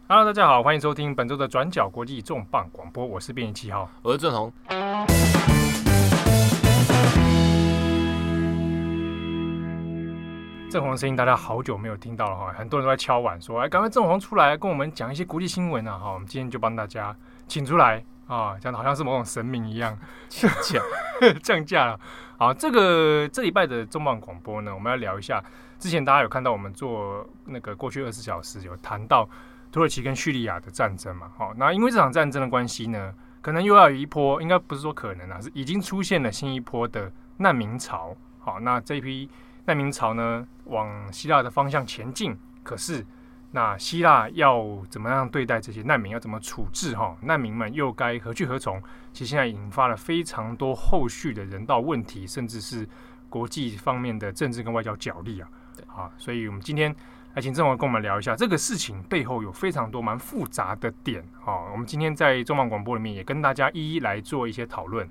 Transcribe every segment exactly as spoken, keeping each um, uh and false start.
Hello， 大家好，欢迎收听本周的转角国际重磅广播，我是编辑七号， 我是郑宏。 郑宏的声音大家好久没有听到了哈，很多人都在敲碗说，哎，赶快郑宏出来跟我们讲一些国际新闻啊！哈，我们今天就帮大家请出来啊，讲的好像是某种神明一样， 降价降价了。好，这个这礼拜的重磅广播呢，我们要聊一下，之前大家有看到我们做那个过去二十四小时有谈到土耳其跟叙利亚的战争嘛，好，那因为这场战争的关系呢，可能又要有一波，应该不是说可能啊，是已经出现了新一波的难民潮。好，那这一批难民潮呢，往希腊的方向前进，可是那希腊要怎么样对待这些难民，要怎么处置哈？难民们又该何去何从？其实现在引发了非常多后续的人道问题，甚至是国际方面的政治跟外交角力啊。好，所以我们今天来请郑宏跟我们聊一下这个事情背后有非常多蛮复杂的点。好，我们今天在重磅广播里面也跟大家一一来做一些讨论。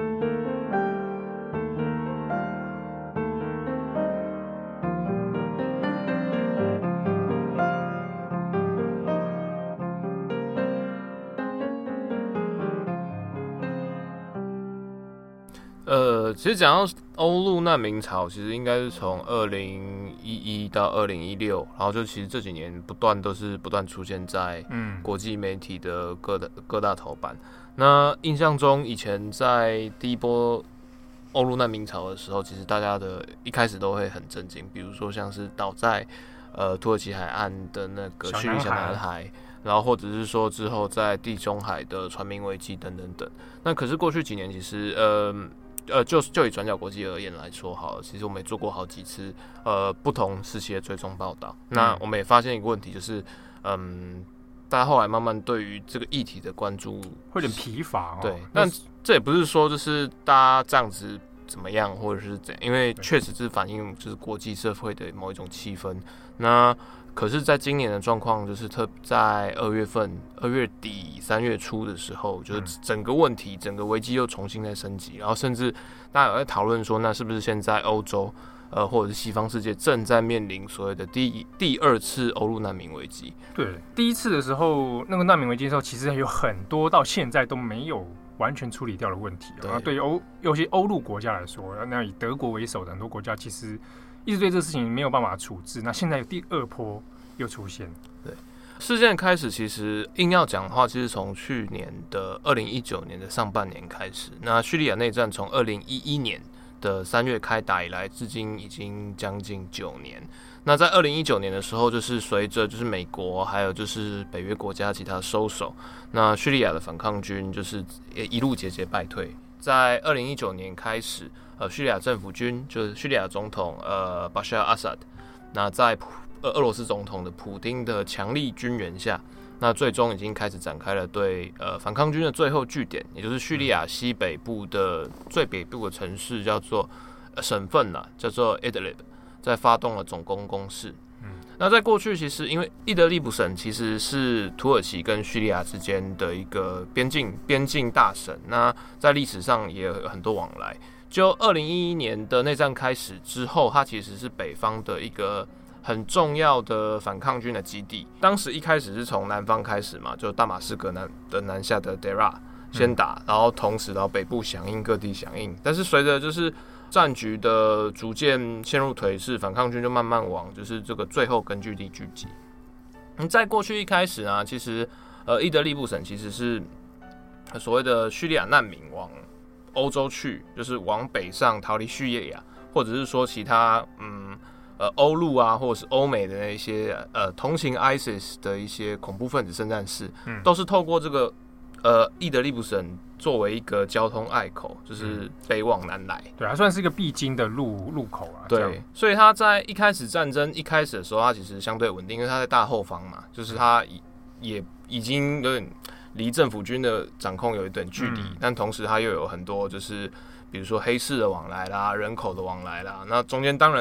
呃，其实讲到欧陆难民潮，其实应该是从二零一一到二零一六，然后就其实这几年不断都是不断出现在国际媒体的各大各大头版。那印象中以前在第一波欧陆难民潮的时候，其实大家的一开始都会很震惊，比如说像是倒在呃土耳其海岸的那个叙利小男孩。然后或者是说之后在地中海的船民危机等等等。那可是过去几年其实呃呃就就以转角国际而言来说好了，其实我们也做过好几次呃不同时期的追踪报道。嗯、那我们也发现一个问题，就是嗯大家后来慢慢对于这个议题的关注会有点疲乏、哦。 对，但这也不是说就是大家这样子怎么样或者是怎样，因为确实是反映就是国际社会的某一种气氛。那可是，在今年的状况，就是特在二月份、二月底、三月初的时候，就是整个问题、整个危机又重新在升级，然后甚至大家有在讨论说，那是不是现在欧洲呃或者是西方世界正在面临所谓的第第二次欧陆难民危机？ 对，第一次的时候，那个难民危机的时候，其实有很多到现在都没有完全处理掉的问题。对，对于欧尤其欧陆国家来说，那以德国为首的很多国家，其实一直对这个事情没有办法处置，那现在有第二波又出现。 对，事件开始其实硬要讲的话，其实从去年的二零一九年的上半年开始，那叙利亚内战从二零一一年的三月开打以来，至今已经将近九年。那在二零一九年的时候，就是随着就是美国还有就是北约国家其他收手，那叙利亚的反抗军就是也一路节节败退。在二零一九年开始，呃，叙利亚政府军就是叙利亚总统呃巴沙尔阿萨德，那在呃俄罗斯总统的普丁的强力军援下，那最终已经开始展开了对呃反抗军的最后据点，也就是叙利亚西北部的最北部的城市叫做、呃、省份啦，叫做 Idlib， 在发动了总攻攻势。那在过去，其实因为伊德利卜省其实是土耳其跟叙利亚之间的一个边境边境大省，那在历史上也有很多往来。就二零一一年的内战开始之后，它其实是北方的一个很重要的反抗军的基地。当时一开始是从南方开始嘛，就大马士革南的南下的 Deraa 先打，然后同时到北部响应，各地响应。但是随着就是战局的逐渐陷入颓势，反抗军就慢慢往就是这个最后根据地聚集。嗯，在过去一开始呢，其实呃伊德利卜省其实是所谓的叙利亚难民往欧洲去，就是往北上逃离叙利亚，或者是说其他嗯呃欧陆啊，或者是欧美的那些呃同情 I S I S 的一些恐怖分子圣战士，嗯、都是透过这个呃伊德利卜省作为一个交通隘口，就是北往南来。 对，它算是一个必经的路路口啊。 对，所以它在一开始战争一开始的时候，它其实相对稳定，因为它在大后方嘛，就是它也已经有点离政府军的掌控有一段距离，嗯、但同时它又有很多就是比如说黑市的往来啦、人口的往来啦，那中间当然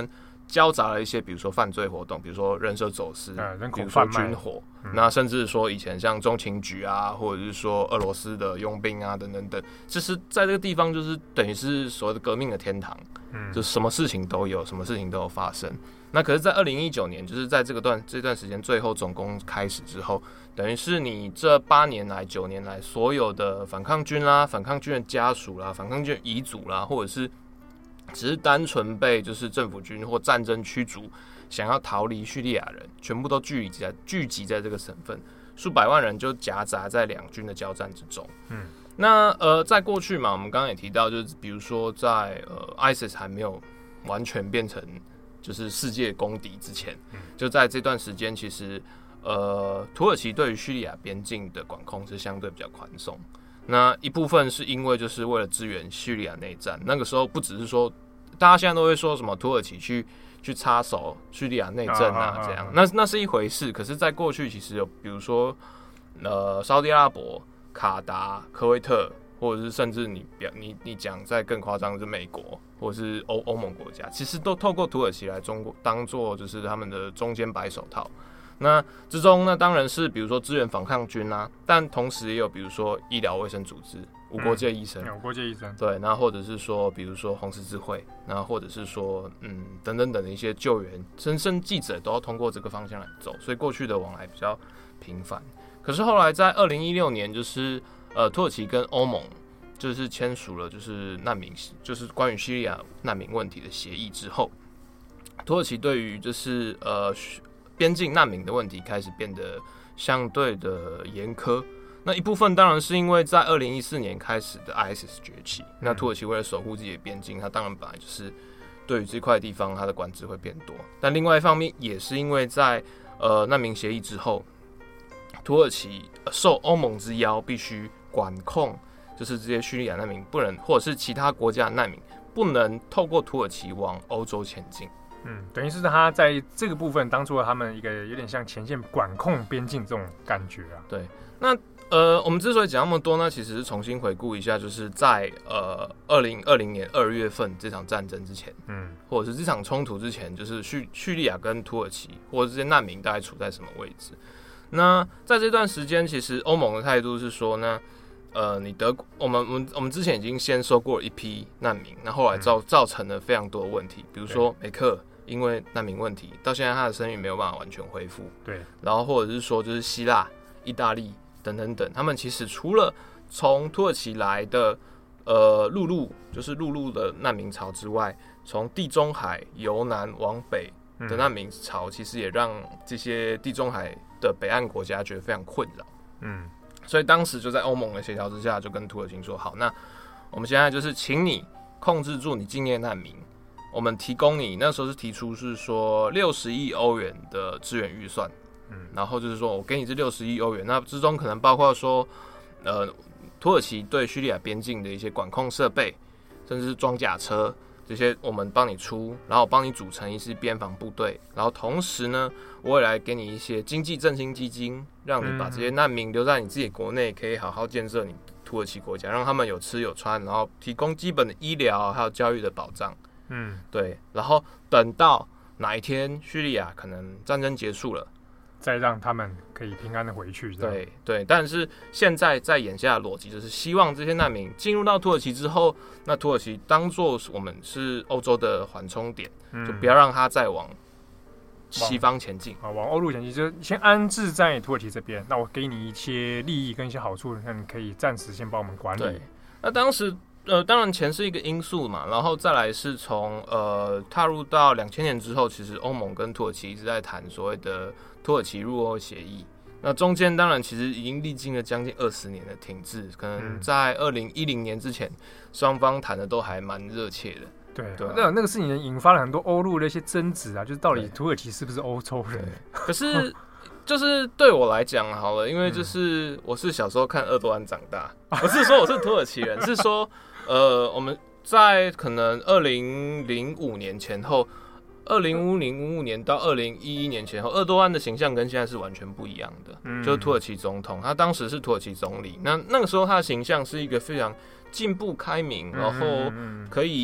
交杂了一些，比如说犯罪活动，比如说人蛇走私， 呃、人比如说口贩卖军火， 嗯、 那甚至说以前像中情局啊，或者是说俄罗斯的佣兵啊等等等，就是在这个地方就是等于是所谓的革命的天堂，嗯，就什么事情都有，什么事情都有发生。那可是，在二零一九年，就是在这个段这段时间最后总攻开始之后，等于是你这八年来、九年来所有的反抗军啦、反抗军的家属啦、反抗军的遗族啦，或者是只是单纯被就是政府军或战争驱逐，想要逃离叙利亚人，全部都聚集在聚集在这个省份，数百万人就夹杂在两军的交战之中。嗯，那呃，在过去嘛，我们刚刚也提到，就是比如说在呃 I S I S 还没有完全变成就是世界公敌之前，就在这段时间，其实呃，土耳其对于叙利亚边境的管控是相对比较宽松。那一部分是因为就是为了支援叙利亚内战，那个时候不只是说大家现在都会说什么土耳其去去插手叙利亚内政啊这样，那那是一回事。可是，在过去其实有比如说呃，沙特阿拉伯、卡达、科威特，或者是甚至你表你你讲再更夸张是美国或者是欧欧盟国家，其实都透过土耳其来中国当做就是他们的中间白手套。那之中呢，当然是比如说支援反抗军啊，但同时也有比如说医疗卫生组织、无国界医生、 嗯、无国界医生， 对，然后或者是说比如说红十字会，然后或者是说嗯等等等的一些救援，甚至记者都要通过这个方向来走，所以过去的往来比较频繁。可是后来在二零一六年，就是呃土耳其跟欧盟就是签署了就是难民，就是关于叙利亚难民问题的协议之后，土耳其对于就是呃边境难民的问题开始变得相对的严苛。那一部分当然是因为在二零一四年开始的 I S I S 崛起，那土耳其为了守护自己的边境，它当然本来就是对于这块地方它的管制会变多。但另外一方面也是因为在呃难民协议之后，土耳其受欧盟之邀，必须管控，就是这些叙利亚难民不能，或者是其他国家的难民不能透过土耳其往欧洲前进。 嗯，等于是他在这个部分当做他们一个有点像前线管控边境这种感觉啊。 对，那呃，我们之所以讲那么多呢，其实是重新回顾一下，就是在呃二零二零年二月份这场战争之前，嗯，或者是这场冲突之前，就是叙叙利亚跟土耳其或者这些难民大概处在什么位置？那在这段时间，其实欧盟的态度是说呢，呃，你德国，我们我们我们之前已经先收过一批难民，那后来造造成了非常多的问题，比如说梅克尔因为难民问题，到现在他的声誉没有办法完全恢复，对，然后或者是说就是希腊、意大利等等等，他们其实除了从土耳其来的呃陆路，就是陆路的难民潮之外，从地中海由南往北的难民潮，其实也让这些地中海的北岸国家觉得非常困扰。嗯，所以当时就在欧盟的协调之下，就跟土耳其说：好，那我们现在就是请你控制住你境内难民，我们提供你那时候是提出是说六十亿欧元的支援预算。嗯，然后就是说我给你这六十亿欧元，那之中可能包括说，呃，土耳其对叙利亚边境的一些管控设备，甚至是装甲车。这些我们帮你出，然后帮你组成一支边防部队，然后同时呢，我也来给你一些经济振兴基金，让你把这些难民留在你自己国内，可以好好建设你土耳其国家，让他们有吃有穿，然后提供基本的医疗还有教育的保障。嗯，对，然后等到哪一天叙利亚可能战争结束了， 再让他们可以平安的回去。 对对，但是现在在眼下的逻辑就是希望这些难民进入到土耳其之后，那土耳其当作我们是欧洲的缓冲点，嗯、就不要让他再往西方前进啊，往欧陆前进，就先安置在土耳其这边。那我给你一些利益跟一些好处，那你可以暂时先帮我们管理。 对，那当时呃，当然钱是一个因素嘛，然后再来是从呃踏入到两千年之后，其实欧盟跟土耳其一直在谈所谓的土耳其入欧协议。那中间当然其实已经历经了将近二十年的停滞，可能在二零一零年之前，双方谈的都还蛮热切的。 对，对啊、那那个事情引发了很多欧陆的一些争执啊，就是到底土耳其是不是欧洲人？ 可是就是对我来讲好了，因为就是我是小时候看鄂多安长大，不是说我是土耳其人，是说呃我们在可能二零零五年前后。二零零五年到二零一一年前后，鄂多安的形象跟现在是完全不一样的。嗯、就是土耳其总统，他当时是土耳其总理，那那个时候他的形象是一个非常进步开明，然后可以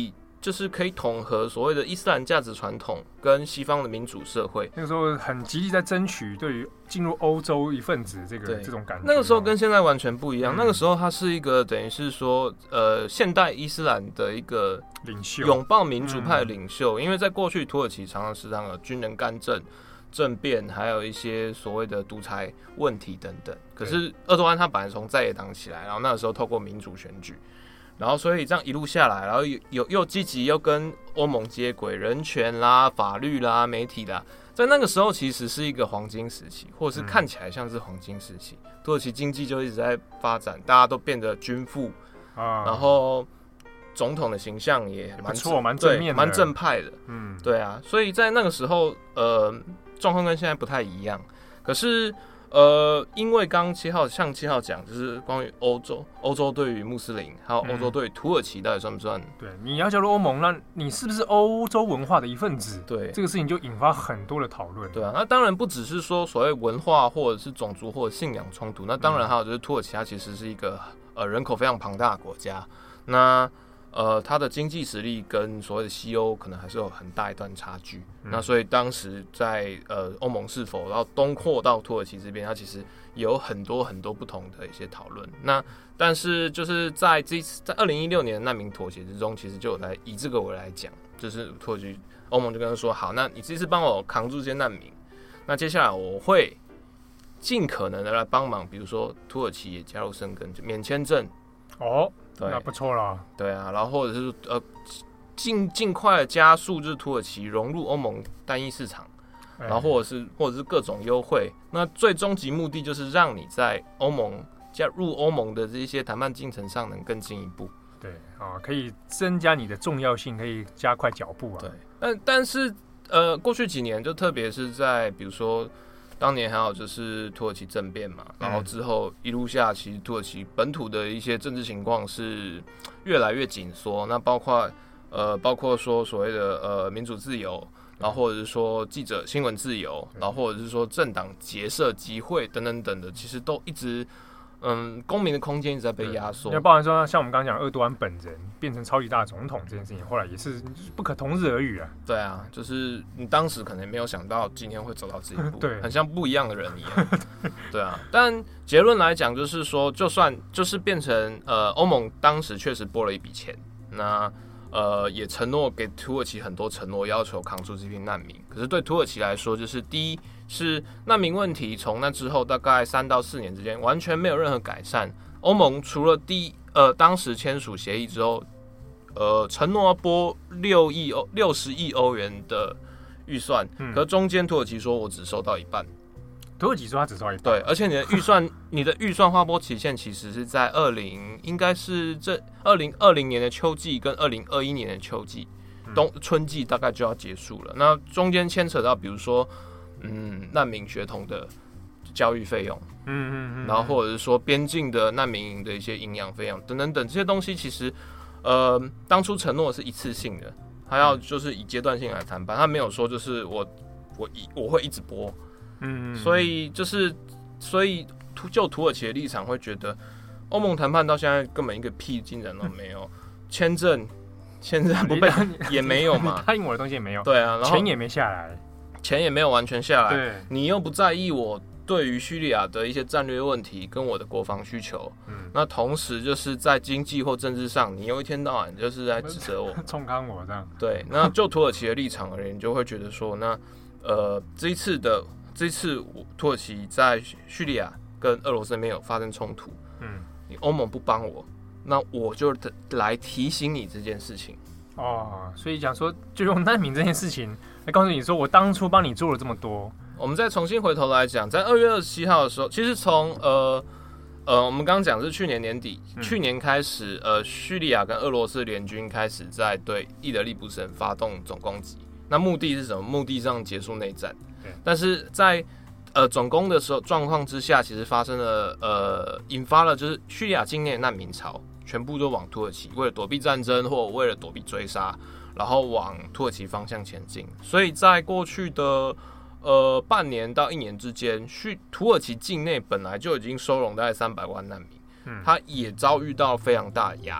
就是可以统合所谓的伊斯兰价值传统跟西方的民主社会。 那个时候很极力在争取对于进入欧洲一份子这个这种感觉。 那个时候跟现在完全不一样， 嗯、 那个时候它是一个等于是说，呃，现代伊斯兰的一个领袖， 拥抱民主派的领袖。嗯、因为在过去土耳其常常时常有军人干政、政变，还有一些所谓的独裁问题等等。可是厄多安他本来从在野党起来，然后那个时候透过民主选举。然后，所以这样一路下来，然后有又积极又跟欧盟接轨，人权啦、法律啦、媒体啦，在那个时候其实是一个黄金时期，或者是看起来像是黄金时期。嗯、土耳其经济就一直在发展，大家都变得均富，啊、然后总统的形象也蛮不错，蛮正面的， 蛮正派的。 嗯， 对啊，所以在那个时候，呃，状况跟现在不太一样。可是。呃，因为刚刚七号像七号讲，就是关于欧洲，欧洲对于穆斯林，还有欧洲对于土耳其到底算不算？ 对，你要加入欧盟，那你是不是欧洲文化的一份子？ 对， 这个事情就引发很多的讨论。 对啊，那当然不只是说所谓文化或者是种族或者信仰冲突，那当然还有就是土耳其它其实是一个呃人口非常庞大的国家，那。呃，它的经济实力跟所谓的西欧可能还是有很大一段差距。嗯、那所以当时在呃欧盟是否要东扩到土耳其这边，它其实有很多很多不同的一些讨论。那但是就是在这在二零一六年的难民妥协之中，其实就有来以这个为来讲，就是土耳其欧盟就跟他说，好，那你这次帮我扛住这些难民，那接下来我会尽可能的来帮忙，比如说土耳其也加入申根，就免签证哦。那不错了， 对啊，然后或者是呃尽尽快的加速，就是土耳其融入欧盟单一市场，欸、然后或者是或者是各种优惠，那最终极目的就是让你在欧盟加入欧盟的这些谈判进程上能更进一步。 对啊，可以增加你的重要性，可以加快脚步啊。 对，但但是呃，过去几年就特别是在比如说。当年还有就是土耳其政变嘛，然后之后一路下，其实土耳其本土的一些政治情况是越来越紧缩。那包括呃，包括说所谓的呃民主自由，然后或者是说记者新闻自由，然后或者是说政党结社集会等等等的，其实都一直嗯公民的空间一直在被压缩。 那包含说像我们刚刚讲厄多安本人变成超级大总统这件事情，后来也是不可同日而语啊。 对啊，就是你当时可能没有想到今天会走到这一步， 对， 很像不一样的人一样。对啊，但结论来讲就是说，就算就是变成呃欧盟当时确实拨了一笔钱，那呃也承诺给土耳其很多承诺，要求扛住这批难民。可是对土耳其来说，就是第一是难民问题，从那之后大概三到四年之间完全没有任何改善。欧盟除了第呃当时签署协议之后，呃承诺要拨六亿欧六十亿欧元的预算，嗯、可是中间土耳其说我只收到一半。 土耳其说他只收到一半， 对，而且你的预算，你的预算划拨期限其实是在二零，应该是这二零二零年的秋季跟二零二一年的秋季，冬春季大概就要结束了。那中间牵扯到比如说，嗯，难民学童的教育费用，嗯嗯嗯，然后或者是说边境的难民营的一些营养费用等等等这些东西，其实呃当初承诺是一次性的，他要就是以阶段性来谈判，他没有说就是我我我会一直拨。嗯，所以就是，所以就土耳其的立场会觉得，欧盟谈判到现在根本一个屁进展都没有，签证签证不被也没有嘛， 答应我的东西也没有， 对啊，然后钱也没下来， 钱也没有完全下来， 对， 你又不在意我对于叙利亚的一些战略问题跟我的国防需求，嗯，那同时就是在经济或政治上，你又一天到晚就是在指责我， 冲康我这样， 对，那就土耳其的立场而言，就会觉得说，那呃这一次的。这次土耳其在叙利亚跟俄罗斯那边有发生冲突，嗯，你欧盟不帮我，那我就来提醒你这件事情。 哦，所以讲说，就用难民这件事情来告诉你说，我当初帮你做了这么多。 我们再重新回头来讲，在二月二十七号的时候，其实从呃呃，我们刚刚讲是去年年底，嗯、去年开始，呃，叙利亚跟俄罗斯联军开始在对伊德利卜省发动总攻击。那目的是什么？目的上结束内战。但是在呃总攻的时候状况之下，其实发生了呃引发了就是叙利亚境内的难民潮，全部都往土耳其，为了躲避战争或为了躲避追杀，然后往土耳其方向前进。所以在过去的呃半年到一年之间，叙土耳其境内本来就已经收容大概三百万难民，嗯，它也遭遇到非常大的压力。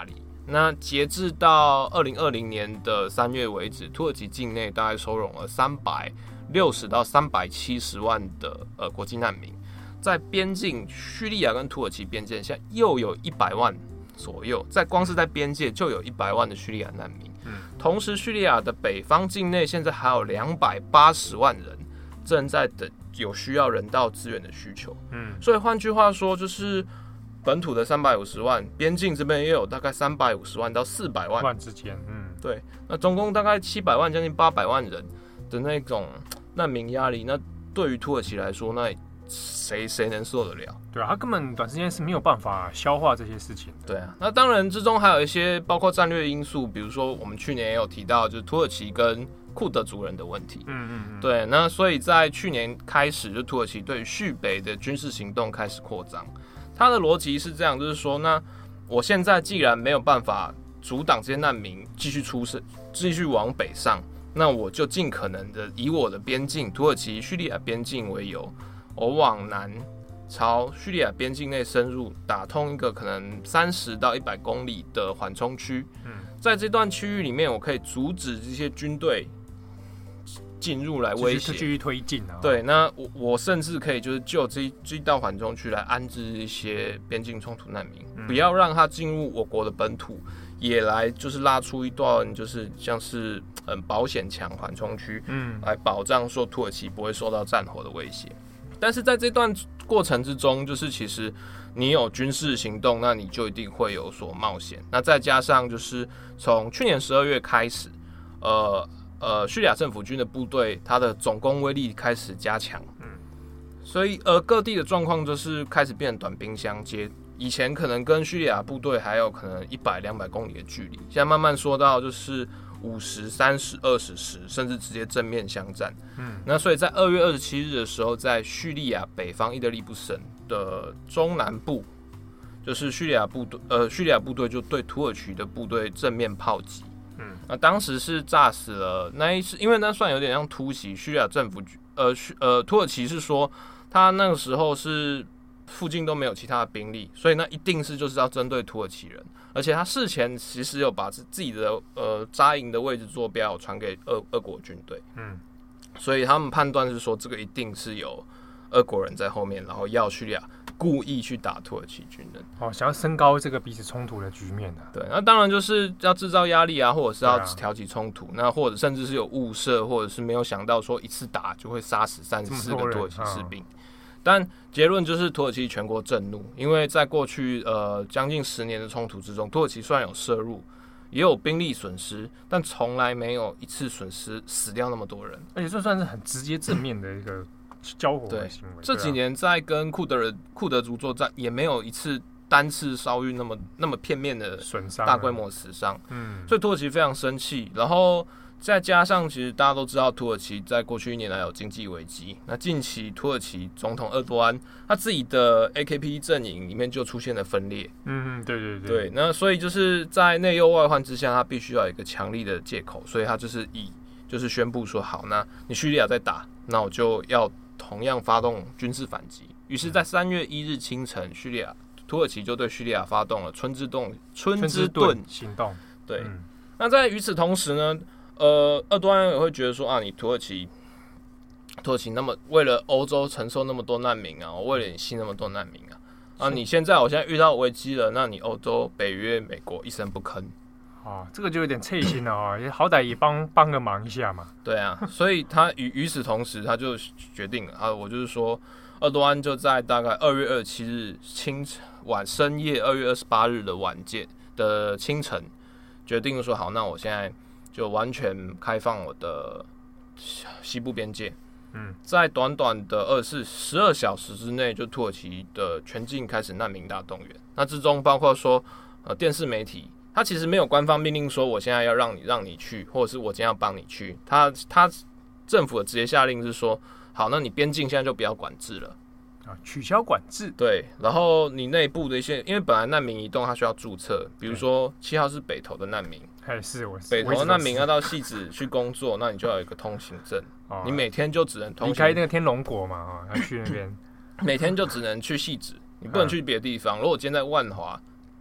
那截至到二零二零年的三月为止，土耳其境内大概收容了三百六十到三百七十万的呃国际难民。在边境，叙利亚跟土耳其边界，现在又有一百万左右，在光是在边界就有一百万的叙利亚难民。嗯，同时叙利亚的北方境内现在还有两百八十万人正在等有需要人道资源的需求。嗯，所以换句话说，就是本土的三百五十万，边境这边也有大概三百五十万到四百万万之间。嗯， 对，那总共大概七百万，将近八百万人的那种难民压力，那对于土耳其来说，那谁谁能受得了？ 对啊，他根本短时间是没有办法消化这些事情的。 对啊，那当然之中还有一些包括战略因素，比如说我们去年也有提到，就是土耳其跟库德族人的问题。嗯嗯嗯。对，那所以在去年开始，就土耳其对叙北的军事行动开始扩张。它的逻辑是这样，就是说，那我现在既然没有办法阻挡这些难民继续出生，继续往北上，那我就尽可能的以我的边境土耳其叙利亚边境为由。我往南朝叙利亚边境内深入，打通一个可能三十到一百公里的缓冲区。嗯，在这段区域里面，我可以阻止这些军队进入来威胁， 继续推进啊。 对，那我我甚至可以就是就这这道缓冲区来安置一些边境冲突难民，嗯、不要让他进入我国的本土，也来就是拉出一段就是像是嗯保险墙缓冲区，嗯，来保障说土耳其不会受到战火的威胁。但是在这段过程之中，就是其实你有军事行动，那你就一定会有所冒险。那再加上就是从去年十二月开始，呃呃，叙利亚政府军的部队，它的总攻威力开始加强。嗯，所以呃各地的状况就是开始变成短兵相接。以前可能跟叙利亚部队还有可能一百两百公里的距离，现在慢慢说到就是五十、三十、二十、十，甚至直接正面相战。嗯，那所以在二月二十七日的时候，在叙利亚北方伊德利卜省的中南部，就是叙利亚部队，呃，叙利亚部队就对土耳其的部队正面炮击。嗯，那当时是炸死了，那一次因为那算有点像突袭，叙利亚政府，呃，呃，土耳其是说他那个时候是附近都没有其他的兵力，所以那一定是就是要针对土耳其人。而且他事前其实有把自己的呃扎营的位置坐标传给俄俄国军队，嗯，所以他们判断是说这个一定是有俄国人在后面，然后要叙利亚故意去打土耳其军人， 哦，想要升高这个彼此冲突的局面啊。 对，那当然就是要制造压力啊，或者是要挑起冲突，啊、那或者甚至是有误射，或者是没有想到说一次打就会杀死三十四个土耳其士兵。但结论就是土耳其全国震怒，因为在过去呃将近十年的冲突之中，土耳其虽然有涉入，也有兵力损失，但从来没有一次损失死掉那么多人， 而且这算是很直接正面的一个交火的行为。 这几年在跟库德人库德族作战，也没有一次单次烧运那么那么片面的损伤、 大规模死伤。嗯，所以土耳其非常生气，然后。再加上，其实大家都知道，土耳其在过去一年来有经济危机。那近期土耳其总统厄多安他自己的 A K P 阵营里面就出现了分裂。 嗯，对对对。 对，那所以就是在内忧外患之下，他必须要有一个强力的借口，所以他就是以就是宣布说，好，那你叙利亚在打，那我就要同样发动军事反击。于是，在三月一日清晨，叙利亚土耳其就对叙利亚发动了春之盾春之盾行动。 对，嗯、那在与此同时呢？呃，厄多安也会觉得说啊，你土耳其，土耳其那么为了欧洲承受那么多难民啊，我为了你吸那么多难民啊，啊，你现在我现在遇到危机了，那你欧洲、北约、美国一声不吭， 啊，这个就有点刺心了啊，也好歹也帮帮个忙一下嘛。 对啊，所以他与与此同时，他就决定了啊，我就是说，厄多安就在大概二月二十七日清晚深夜，二月二十八日的晚间的清晨，决定说好，那我现在。就完全开放我的西部边界，嗯，在短短的二十十二小时之内，就土耳其的全境开始难民大动员。那之中包括说，呃，电视媒体，它其实没有官方命令说我现在要让你让你去，或者是我今天要帮你去。它它政府的直接下令是说，好，那你边境现在就不要管制了。 啊，取消管制。 对，然后你内部的一些，因为本来难民移动它需要注册，比如说七号是北投的难民。 是我北投难民要到汐止去工作，那你就要有一个通行证，哦、你每天就只能通行离开那个天龙国嘛，啊、哦，要去那边， 每天就只能去汐止，你不能去别的地方。如果今天在万华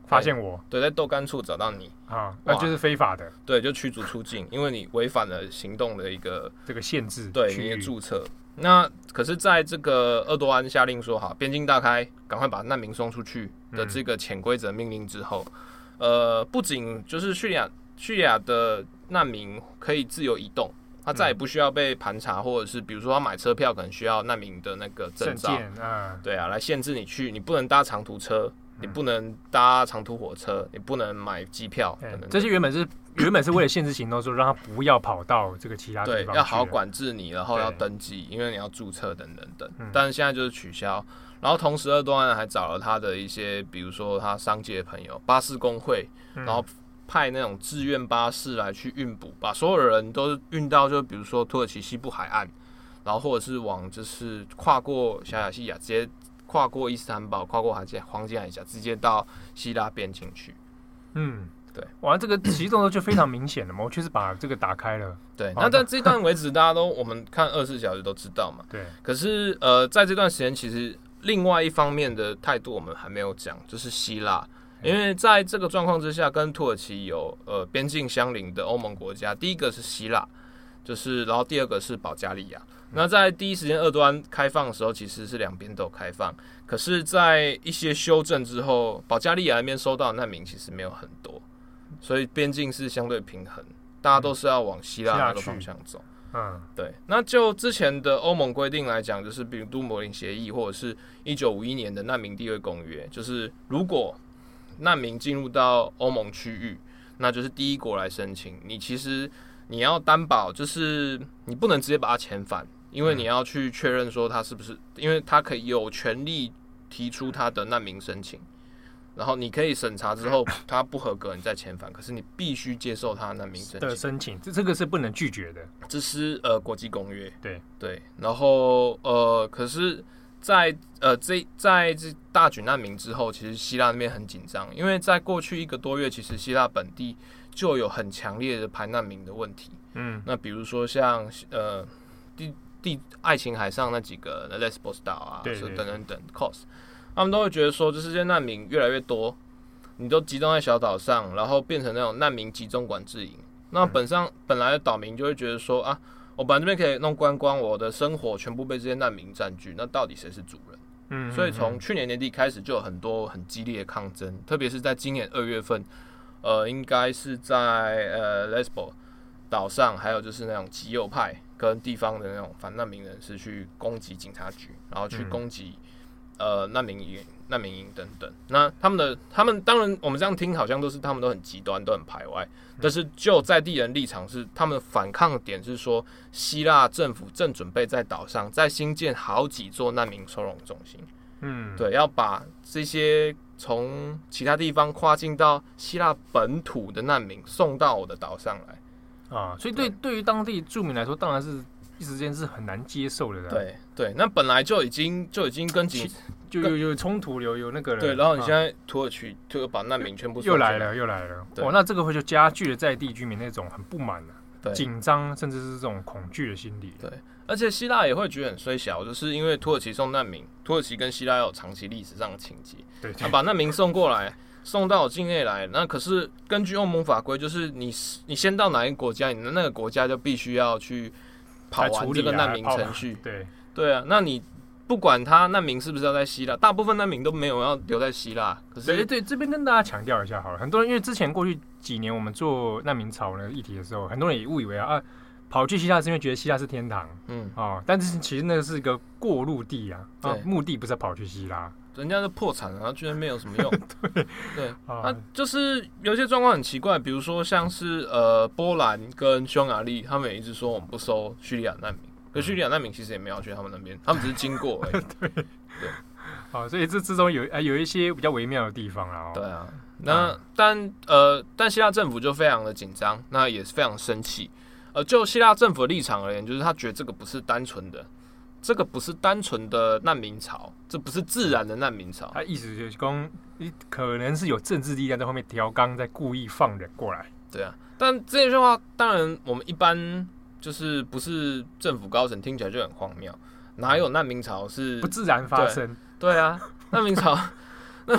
发现我， 对，在豆干处找到你啊，那就是非法的， 对，就驱逐出境，因为你违反了行动的一个这个限制， 对你的注册。那可是，在这个厄多安下令说好边境大开，赶快把难民送出去的这个潜规则命令之后，嗯、呃，不仅就是叙利亚叙利亚的难民可以自由移动，他再也不需要被盘查，或者是比如说他买车票可能需要难民的那个证照， 啊， 对啊，来限制你去，你不能搭长途车。你不能搭长途火车，你不能买机票等等。 这些原本是原本是为了限制行动，说让他不要跑到这个其他地方， 对，要好好管制你，然后要登记，因为你要注册等等等。嗯、但是现在就是取消。然后同时，厄多安还找了他的一些，比如说他商界的朋友，巴士工会，嗯、然后派那种志愿巴士来去运补，把所有人都运到，就比如说土耳其西部海岸，然后或者是往就是跨过小亚细亚，直接。跨过伊斯坦堡，跨过海峡黄金海峡，直接到希腊边境去。 嗯， 对， 哇，这个起动就非常明显了嘛，我确实把这个打开了。 对，那在这段为止，大家都我们看二十四小时都知道嘛。 对。 可是呃，在这段时间，其实另外一方面的态度我们还没有讲，就是希腊，因为在这个状况之下，跟土耳其有呃边境相邻的欧盟国家，第一个是希腊，就是然后第二个是保加利亚。那在第一时间厄多安开放的时候，其实是两边都有开放。可是，在一些修正之后，保加利亚那边收到的难民其实没有很多，所以边境是相对平衡，大家都是要往希腊那个方向走。嗯，对。那就之前的欧盟规定来讲，就是比如都柏林协议，或者是一九五一年的难民地位公约，就是如果难民进入到欧盟区域，那就是第一国来申请，你其实你要担保，就是你不能直接把他遣返。因为你要去确认说他是不是，因为他可以有权利提出他的难民申请，然后你可以审查之后他不合格，你再遣返，可是你必须接受他的难民申请的申请，这这个是不能拒绝的， 这是呃国际公约， 对对，然后呃可是在呃这在这大举难民之后，其实希腊那边很紧张，因为在过去一个多月，其实希腊本地就有很强烈的排难民的问题，嗯，那比如说像呃第地爱琴海上那几个 Lesbos 岛啊， 对对对等等等 ，Kos， 他们都会觉得说，就是这些难民越来越多，你都集中在小岛上，然后变成那种难民集中管制营。那本上、嗯、本来的岛民就会觉得说啊，我本来这边可以弄观光，我的生活全部被这些难民占据，那到底谁是主人？嗯，所以从去年年底开始就有很多很激烈的抗争，特别是在今年二月份，呃，应该是在呃 Lesbos 岛上，还有就是那种极右派。跟地方的那种反难民人士去攻击警察局，然后去攻击、嗯、呃难民营、难民营等等。那他们的他们当然我们这样听好像都是他们都很极端，都很排外。但是就在地人立场是，他们反抗的点是说，希腊政府正准备在岛上再新建好几座难民收容中心。嗯，对，要把这些从其他地方跨境到希腊本土的难民送到我的岛上来。 啊，所以对对于当地住民来说，当然是一时间是很难接受的。 对对，那本来就已经就已经跟警就有有冲突，有有那个人。 对，然后你现在土耳其就把难民全部又来了，又来了。哇，那这个会就加剧了在地居民那种很不满的、紧张，甚至是这种恐惧的心理。 对，而且希腊也会觉得很衰小，就是因为土耳其送难民，土耳其跟希腊有长期历史上的情节， 对， 他把难民送过来。送到我境内来，那可是根据欧盟法规，就是你你先到哪一个国家，你的那个国家就必须要去跑完这个难民程序。 啊、对对啊，那你不管他难民是不是要在希腊，大部分难民都没有要留在希腊。可是对对，这边跟大家强调一下好了，很多人因为之前过去几年我们做难民潮的议题的时候，很多人也误以为啊，跑去希腊是因为觉得希腊是天堂，嗯啊、哦，但是其实那个是一个过路地啊，啊目的不是跑去希腊。 人家都破产了，然后居然没有什么用。对对，啊，就是有些状况很奇怪，比如说像是呃波兰跟匈牙利，他们也一直说我们不收叙利亚难民，可叙利亚难民其实也没有去他们那边，他们只是经过而已。 对对，好，所以这之中有呃有一些比较微妙的地方啊。 对啊，那、啊、但呃但希腊政府就非常的紧张，那也是非常生气。呃，就希腊政府的立场而言，就是他觉得这个不是单纯的。这个不是单纯的难民潮，这不是自然的难民潮。 他意思就是说，可能是有政治力量在后面调缸，在故意放人过来。 对啊，但这些话当然我们一般就是不是政府高层听起来就很荒谬，哪有难民潮是不自然发生？ 对, 对啊，难民潮，那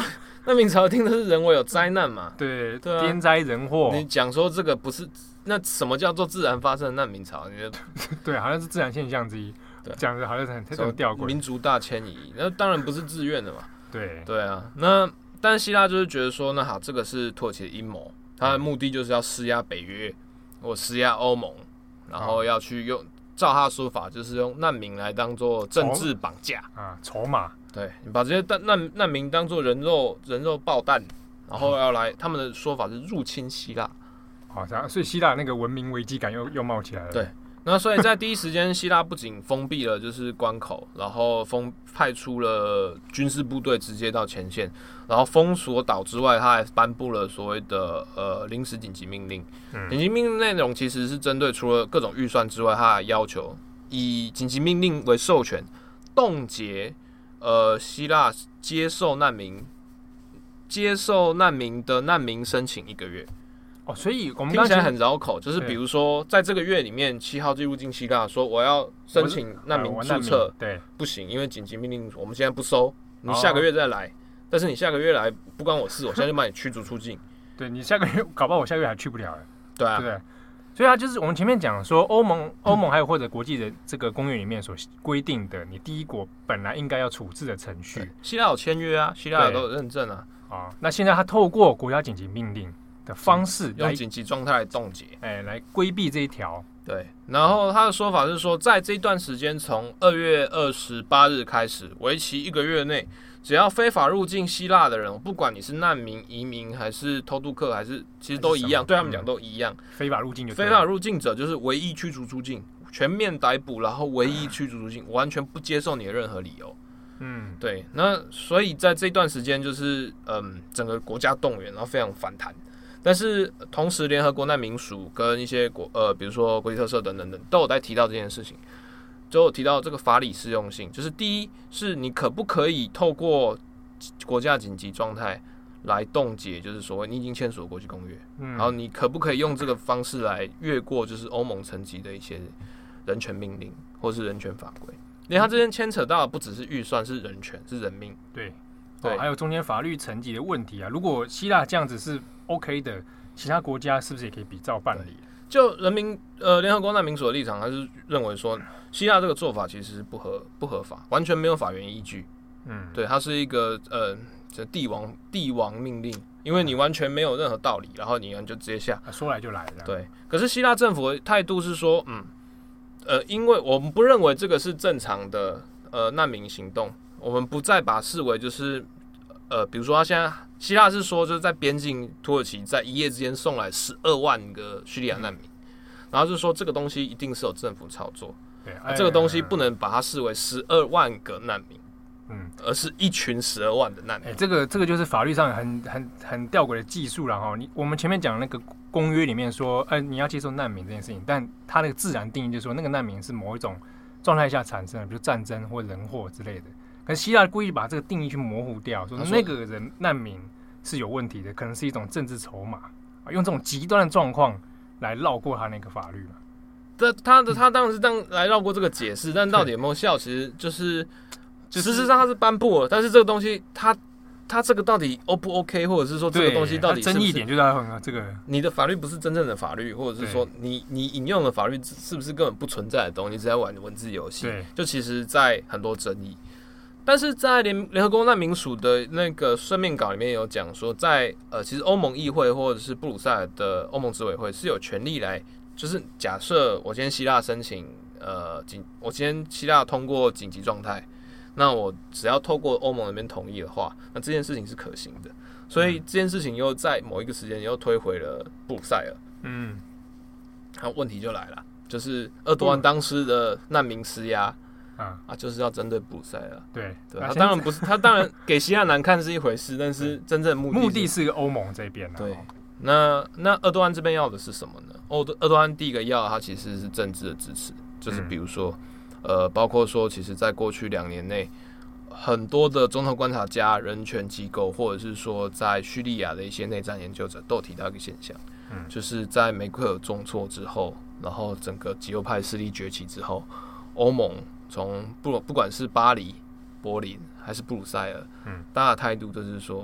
难民潮听的是人为有灾难嘛？ 对对啊， 天灾人祸。 你讲说这个不是，那什么叫做自然发生的难民潮？你觉得？ 对，好像是自然现象之一。讲的好像很很吊诡。 民族大迁移，那当然不是自愿的嘛。 对对啊，那但是希腊就是觉得说，那好，这个是土耳其的阴谋，他的目的就是要施压北约或施压欧盟，然后要去用。照他的说法，就是用难民来当做政治绑架啊，筹码。 对，你把这些难难民当做人肉人肉爆弹，然后要来，他们的说法是入侵希腊。 好、哦，所以希腊那个文明危机感又又冒起来了。 对，那所以在第一时间，希腊不仅封闭了就是关口，然后封派出了军事部队直接到前线，然后封锁岛之外，他还颁布了所谓的呃临时紧急命令。嗯、紧急命令内容其实是针对除了各种预算之外，他还要求以紧急命令为授权，冻结呃希腊接受难民接受难民的难民申请一个月。 哦，所以我们听起来很绕口，就是比如说，在这个月里面，七号就入境希腊，说我要申请难民注册， 对， 不行，因为紧急命令，我们现在不收，你下个月再来。哦、但是你下个月来不关我事，我现在就把你驱逐出境。 对你下个月搞不好我下个月还去不了了。 对啊， 对，所以他就是我们前面讲说，欧盟、欧盟还有或者国际的这个公约里面所规定的，你第一国本来应该要处置的程序。 希腊有签约啊，希腊都有认证啊。 啊，那现在他透过国家紧急命令的方式， 用紧急状态来冻结， 哎，来规避这一条。 对，然后他的说法是说，在这一段时间，从二月二十八日开始，为期一个月内，只要非法入境希腊的人，不管你是难民、移民还是偷渡客，还是其实都一样，对他们讲都一样。 嗯、非法入境就非法入境者就是唯一驱逐出境，全面逮捕，然后唯一驱逐出境，完全不接受你的任何理由。嗯，对，那所以在这段时间，就是嗯，整个国家动员，然后非常反弹。但是同时，联合国难民署跟一些国呃，比如说国际特赦等等等，都有在提到这件事情，就有提到这个法理适用性，就是第一是你可不可以透过国家紧急状态来冻结，就是所谓你已经签署的国际公约，嗯，然后你可不可以用这个方式来越过就是欧盟层级的一些人权命令或是人权法规，因为它这边牵扯到的不只是预算，是人权，是人命， 对。对、哦，还有中间法律层级的问题啊。如果希腊这样子是 OK 的，其他国家是不是也可以比照办理？ 就人民呃联合国难民署的立场，他是认为说，希腊这个做法其实是不合不合法，完全没有法源依据。嗯，对，它是一个呃这帝王帝王命令，因为你完全没有任何道理，然后你就直接下， 啊、说来就来的。 对，可是希腊政府的态度是说，嗯，呃，因为我们不认为这个是正常的呃难民行动。我们不再把视为就是，呃，比如说他现在希腊是说就是在边境土耳其在一夜之间送来十二万个叙利亚难民，嗯、然后就是说这个东西一定是有政府操作，对，啊、这个东西不能把它视为十二万个难民，嗯，而是一群十二万的难民。 欸、这个这个就是法律上很很很吊诡的技术了哈。你我们前面讲那个公约里面说，呃，你要接受难民这件事情，但它那个自然定义就是说那个难民是某一种状态下产生的，比如战争或人祸之类的。可是希腊故意把这个定义去模糊掉，说那个人难民是有问题的，可能是一种政治筹码，用这种极端的状况来绕过他那个法律嘛。 这他的他当然是当来绕过这个解释，但到底有没有效，其实就是事实上他是颁布了，但是这个东西他他这个到底 O 不 OK， 或者是说这个东西到底是不是争议点就在这个你的法律不是真正的法律，或者是说你你引用的法律是不是根本不存在的东西，你只在玩文字游戏，就其实在很多争议。但是在联联合国难民署的那个书面稿里面有讲说在，在呃，其实欧盟议会或者是布鲁塞尔的欧盟执委会是有权利来，就是假设我今天希腊申请呃紧，我今天希腊通过紧急状态，那我只要透过欧盟那边同意的话，那这件事情是可行的。所以这件事情又在某一个时间又推回了布鲁塞尔。嗯，那问题就来了，就是厄多安当时的难民施压。啊, 啊，就是要针对布鲁塞尔， 对， 对，他当然不是，他当然给希腊难看是一回事，但是真正目的目的是欧盟这边、啊、 对，那那厄多安这边要的是什么呢？厄厄多安第一个要，他其实是政治的支持，就是比如说，嗯、呃，包括说，其实在过去两年内，很多的中头观察家、人权机构，或者是说在叙利亚的一些内战研究者，都有提到一个现象，嗯，就是在梅克尔重挫之后，然后整个极右派势力崛起之后，欧盟。从不不管是巴黎、柏林还是布鲁塞尔，嗯，大家的态度就是说，其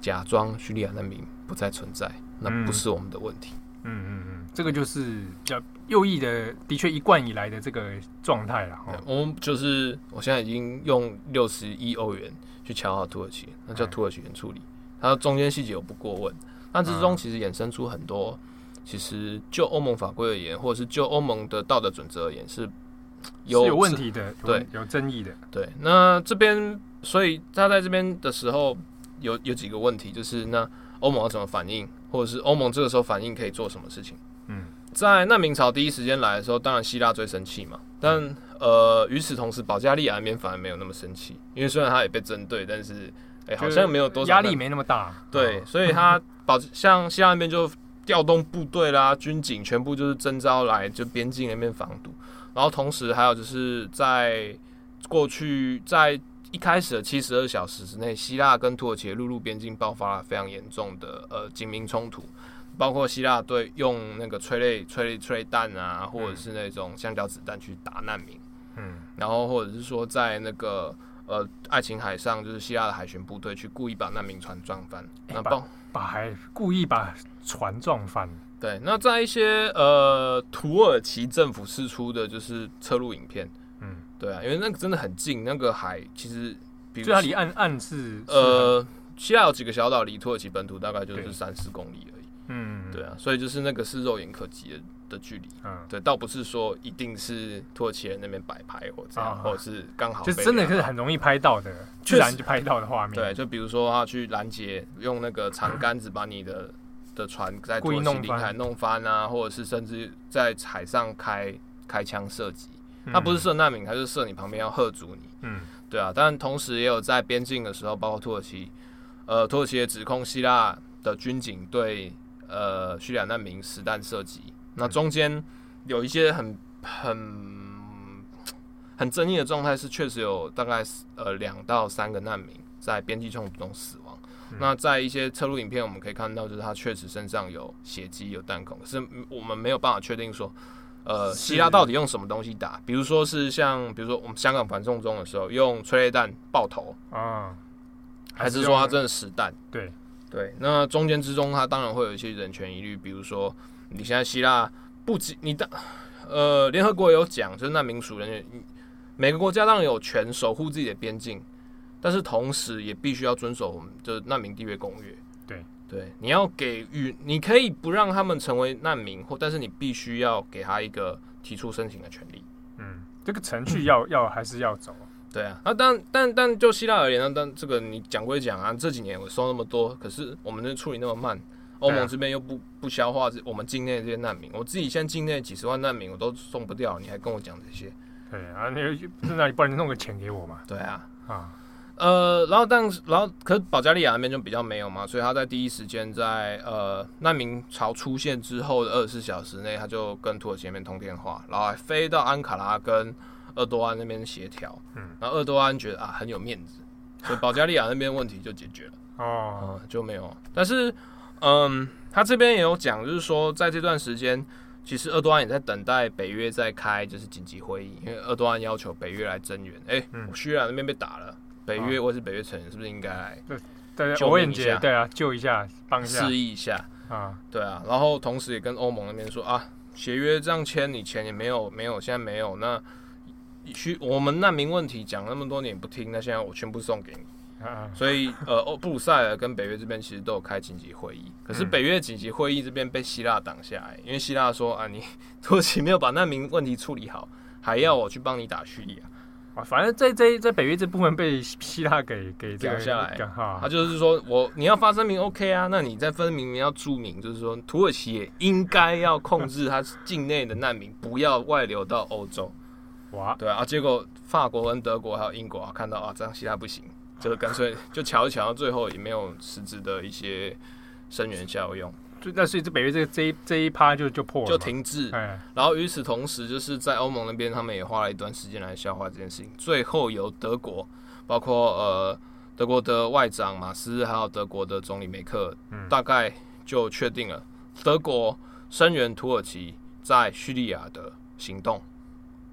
假装叙利亚难民不再存在，那不是我们的问题。 嗯嗯嗯，这个就是比较右翼的，的确一贯以来的这个状态了。 我们就是我现在已经用六十亿欧元去敲好土耳其，那叫土耳其人处理，它中间细节我不过问。那之中其实衍生出很多，其实就欧盟法规而言，或者是就欧盟的道德准则而言是有是有问题的， 对， 有争议的。 对，那这边所以他在这边的时候有有几个问题，就是那欧盟要怎么反应，或者是欧盟这个时候反应可以做什么事情？嗯，在难民潮第一时间来的时候，当然希腊最生气嘛，但呃，与此同时，保加利亚那边反而没有那么生气，因为虽然他也被针对，但是哎、欸，好像没有多少压力没那么大。 对，所以他保像希腊那边就调动部队啦、军警，全部就是征召来就边境那边防堵，然后同时还有就是在过去在一开始的七十二小时之内，希腊跟土耳其的陆路边境爆发了非常严重的呃警民冲突，包括希腊队用那个催泪催泪催泪弹啊，或者是那种橡胶子弹去打难民，嗯，然后或者是说在那个呃爱琴海上，就是希腊的海巡部队去故意把难民船撞翻， 欸、那把把海故意把船撞翻。 对，那在一些呃土耳其政府释出的就是侧录影片。嗯，对啊，因为那个真的很近，那个海其实，比如就它离岸岸是呃，希腊有几个小岛离土耳其本土大概就是三四公里而已。嗯，对啊，所以就是那个是肉眼可及 的, 的距离。嗯，对，倒不是说一定是土耳其人那边摆拍或这样，啊、或者是刚好就是真的是很容易拍到的，自然就拍到的画面。 对，就比如说他去拦截，用那个长杆子把你的的船在土耳其领海弄翻啊，或者是甚至在海上开开枪射击。他不是射难民，他就是射你旁边要嚇阻你。嗯，对啊。但同时也有在边境的时候，包括土耳其，呃，土耳其也指控希腊的军警对呃叙利亚难民实弹射击。那中间有一些很很很争议的状态，是确实有大概呃两到三个难民在边境冲突中死亡。嗯、那在一些侧录影片，我们可以看到，就是他确实身上有血迹、有弹孔，可是我们没有办法确定说。呃，希腊到底用什么东西打？比如说是像，比如说我们香港反送中的时候，用催泪弹爆头啊，还是说他真的实弹？ 对对，那中间之中，他当然会有一些人权疑虑，比如说你现在希腊不仅你的呃，联合国有讲，就是难民署人员，每个国家当然有权守护自己的边境，但是同时也必须要遵守我们的难民缔约公约。 对。 对，你要给予，你可以不让他们成为难民，或但是你必须要给他一个提出申请的权利。 嗯，这个程序要、嗯、要还是要走。 对啊，那但但但就希腊而言呢，但这个你讲归讲啊，这几年我收那么多，可是我们的处理那么慢，欧盟这边又不不消化我们境内这些难民，我自己现在境内几十万难民我都送不掉，你还跟我讲这些？ 对啊，你那你不然弄个钱给我嘛？ 对啊，啊。呃，然后但然后，可是保加利亚那边就比较没有嘛，所以他在第一时间在呃难民潮出现之后的二十四小时内，他就跟土耳其那边通电话，然后还飞到安卡拉跟厄多安那边协调。嗯，然后厄多安觉得啊很有面子，所以保加利亚那边问题就解决了。哦、嗯，就没有。但是，嗯，他这边也有讲，就是说在这段时间，其实厄多安也在等待北约在开就是紧急会议，因为厄多安要求北约来增援。哎、欸，嗯、叙利亚那边被打了。北约或是北约成员是不是应该来救命一下？ 对啊，救一下，帮一下， 示意一下啊，对啊。然后同时也跟欧盟那边说啊，协约这样签，你钱也没有，没有，现在没有。那需我们难民问题讲那么多年不听，那现在我全部送给你。啊、所以呃，布鲁塞尔跟北约这边其实都有开紧急会议，可是北约紧急会议这边被希腊挡下来，因为希腊说啊，你土耳其没有把难民问题处理好，还要我去帮你打叙利亚。 反正在在在北约这部分被希腊给给这个下来，他就是说我你要发声明 OK 啊，那你在声明要注明，就是说土耳其也应该要控制他境内的难民不要外流到欧洲。哇，对啊，结果法国跟德国还有英国啊看到啊这样希腊不行，就干脆就瞧一瞧，到最后也没有实质的一些声援效用。 就那所以这北约这个这一这一趴就就破了， 就停滞。然后与此同时，就是在欧盟那边，他们也花了一段时间来消化这件事情。最后由德国，包括呃德国的外长马斯，还有德国的总理梅克，嗯、大概就确定了德国声援土耳其在叙利亚的行动，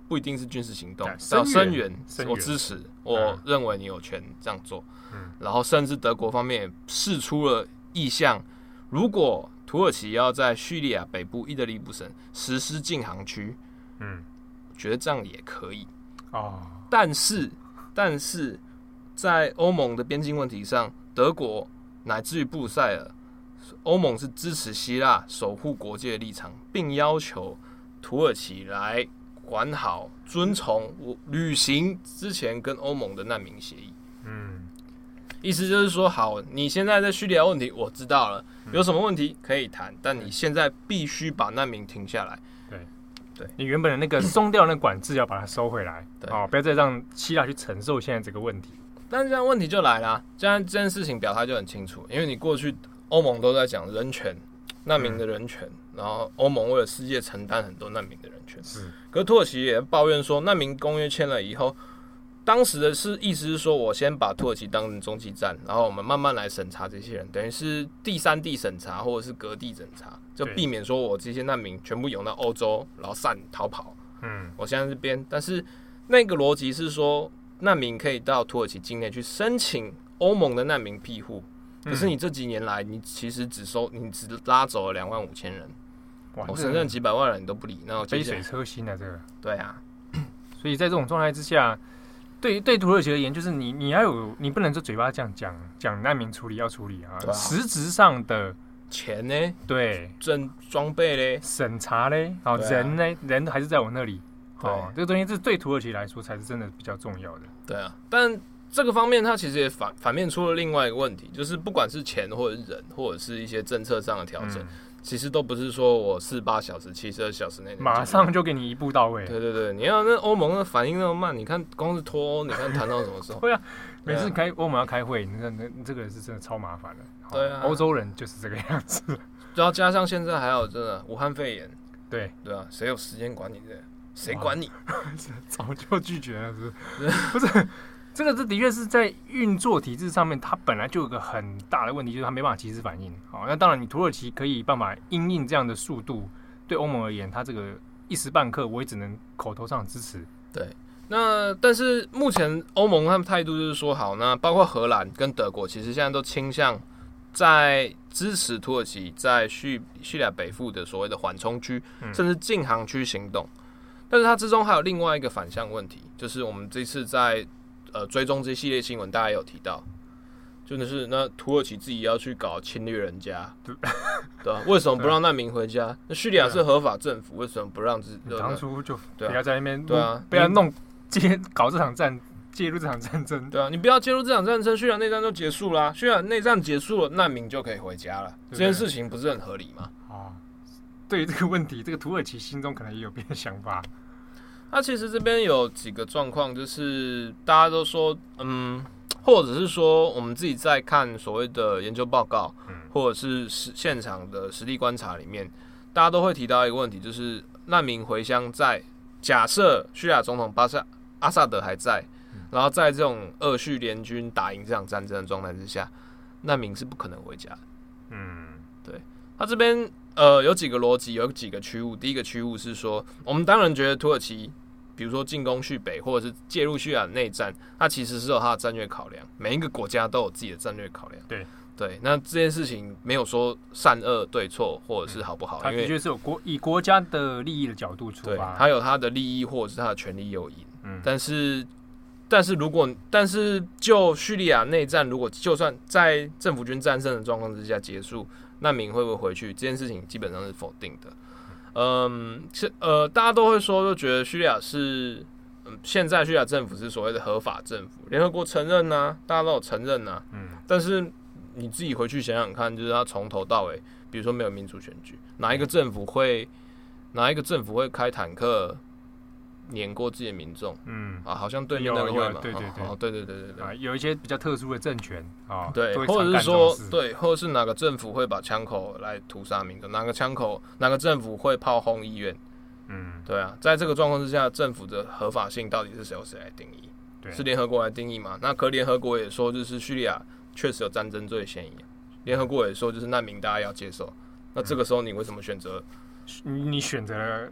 不一定是军事行动， 到声援， 声我支持，我认为你有权这样做。 嗯， 然后甚至德国方面也释出了意向，如果土耳其要在叙利亚北部伊德利卜省实施禁航区， 嗯， 我觉得这样也可以。 哦， 但是，但是在欧盟的边境问题上，德国乃至于布鲁塞尔，欧盟是支持希腊守护国界的立场，并要求土耳其来管好、遵从、履行之前跟欧盟的难民协议。 嗯， 意思就是说，好，你现在在叙利亚问题我知道了，有什么问题可以谈，但你现在必须把难民停下来。 对， 对， 你原本的那个松掉那管制要把它收回来， 对， 哦，不要再让希腊去承受现在这个问题。 但是这样问题就来了，这样这件事情表态就很清楚，因为你过去欧盟都在讲人权、难民的人权，嗯、然后欧盟为了世界承担很多难民的人权， 是。 可是土耳其也抱怨说，难民公约签了以后。当时的是意思是说，我先把土耳其当成中继站，然后我们慢慢来审查这些人，等于是第三地审查或者是隔地审查，就避免说我这些难民全部涌到欧洲，然后散逃跑。 嗯， 我现在这边，但是那个逻辑是说，难民可以到土耳其境内去申请欧盟的难民庇护，可是你这几年来，你其实只收，你只拉走了两万五千人，我承认几百万人你都不理，那杯水车薪啊，这个。 对啊， 所以在这种状态之下。对对，土耳其而言，就是你你要有，你不能就嘴巴这样讲讲难民处理要处理啊，啊实质上的钱呢？ 对， 装装备嘞， 审查嘞，好、啊、人呢，人还是在我那里，哦，这个东西是对土耳其来说才是真的比较重要的。 对啊，但这个方面它其实也反反面出了另外一个问题，就是不管是钱或者是人，或者是一些政策上的调整。嗯其实都不是说我四十八小时、七十二小时内马上就给你一步到位。 对对对，你要那欧盟的反应那么慢，你看光是脱欧，你看谈到什么时候？ 对啊，每次开欧盟要开会，你看那这个是真的超麻烦的。 对啊， 欧洲人就是这个样子。 然后加上现在还有真的武汉肺炎， 对对啊，谁有时间管你这？谁管你？ 早就拒绝了，是不是？不是。这个这的确是在运作体制上面，它本来就有个很大的问题，就是它没办法及时反应。好，那当然，你土耳其可以办法因应这样的速度，对欧盟而言，它这个一时半刻我也只能口头上支持。 对，那但是目前欧盟他们态度就是说，好，那包括荷兰跟德国，其实现在都倾向在支持土耳其在叙叙利亚北部的所谓的缓冲区，嗯、甚至禁航区行动。但是它之中还有另外一个反向问题，就是我们这次在呃，追踪这系列新闻，大家有提到，真的是那土耳其自己要去搞侵略人家，对吧？为什么不让难民回家？那叙利亚是合法政府，为什么不让？ 当初就不要在那边对啊， 不要弄介搞这场战，介入这场战争， 对啊，你不要介入这场战争，叙利亚内战就结束啦，叙利亚内战结束了，难民就可以回家了，这件事情不是很合理吗？ 啊，对于这个问题，这个土耳其心中可能也有别的想法。 那其实这边有几个状况，就是大家都说，嗯，或者是说我们自己在看所谓的研究报告，或者是现场的实地观察里面，大家都会提到一个问题，就是难民回乡在假设叙利亚总统巴萨阿萨德还在，然后在这种俄叙联军打赢这场战争的状态之下，难民是不可能回家的。嗯，对，他这边。呃，有几个逻辑，有几个区域。第一个区域是说，我们当然觉得土耳其，比如说进攻叙北，或者是介入叙利亚内战，它其实是有它的战略考量。每一个国家都有自己的战略考量。 对对，那这件事情没有说善恶对错，或者是好不好， 它的确是有国以国家的利益的角度出发， 它有它的利益或者是它的权利诱因。嗯，但是但是如果但是就叙利亚内战，如果就算在政府军战胜的状况之下结束。难民会不会回去？这件事情基本上是否定的。嗯，是呃，大家都会说，就觉得叙利亚是，嗯，现在叙利亚政府是所谓的合法政府，联合国承认呐、啊，大家都有承认呐、啊。嗯。但是你自己回去想想看，就是他从头到尾，比如说没有民主选举，哪一个政府会，哪一个政府会开坦克？碾过自己的民众，嗯啊，好像对面那个会嘛， 对对对， 哦，对对对对对， 啊，有一些比较特殊的政权啊， 对，或者是说，对，或者是哪个政府会把枪口来屠杀民众，哪个枪口，哪个政府会炮轰医院，嗯，对啊，在这个状况之下，政府的合法性到底是由谁来定义？对，是联合国来定义嘛？那可联合国也说，就是叙利亚确实有战争罪嫌疑，联合国也说，就是难民大家要接受。那这个时候你为什么选择？ 你选择了？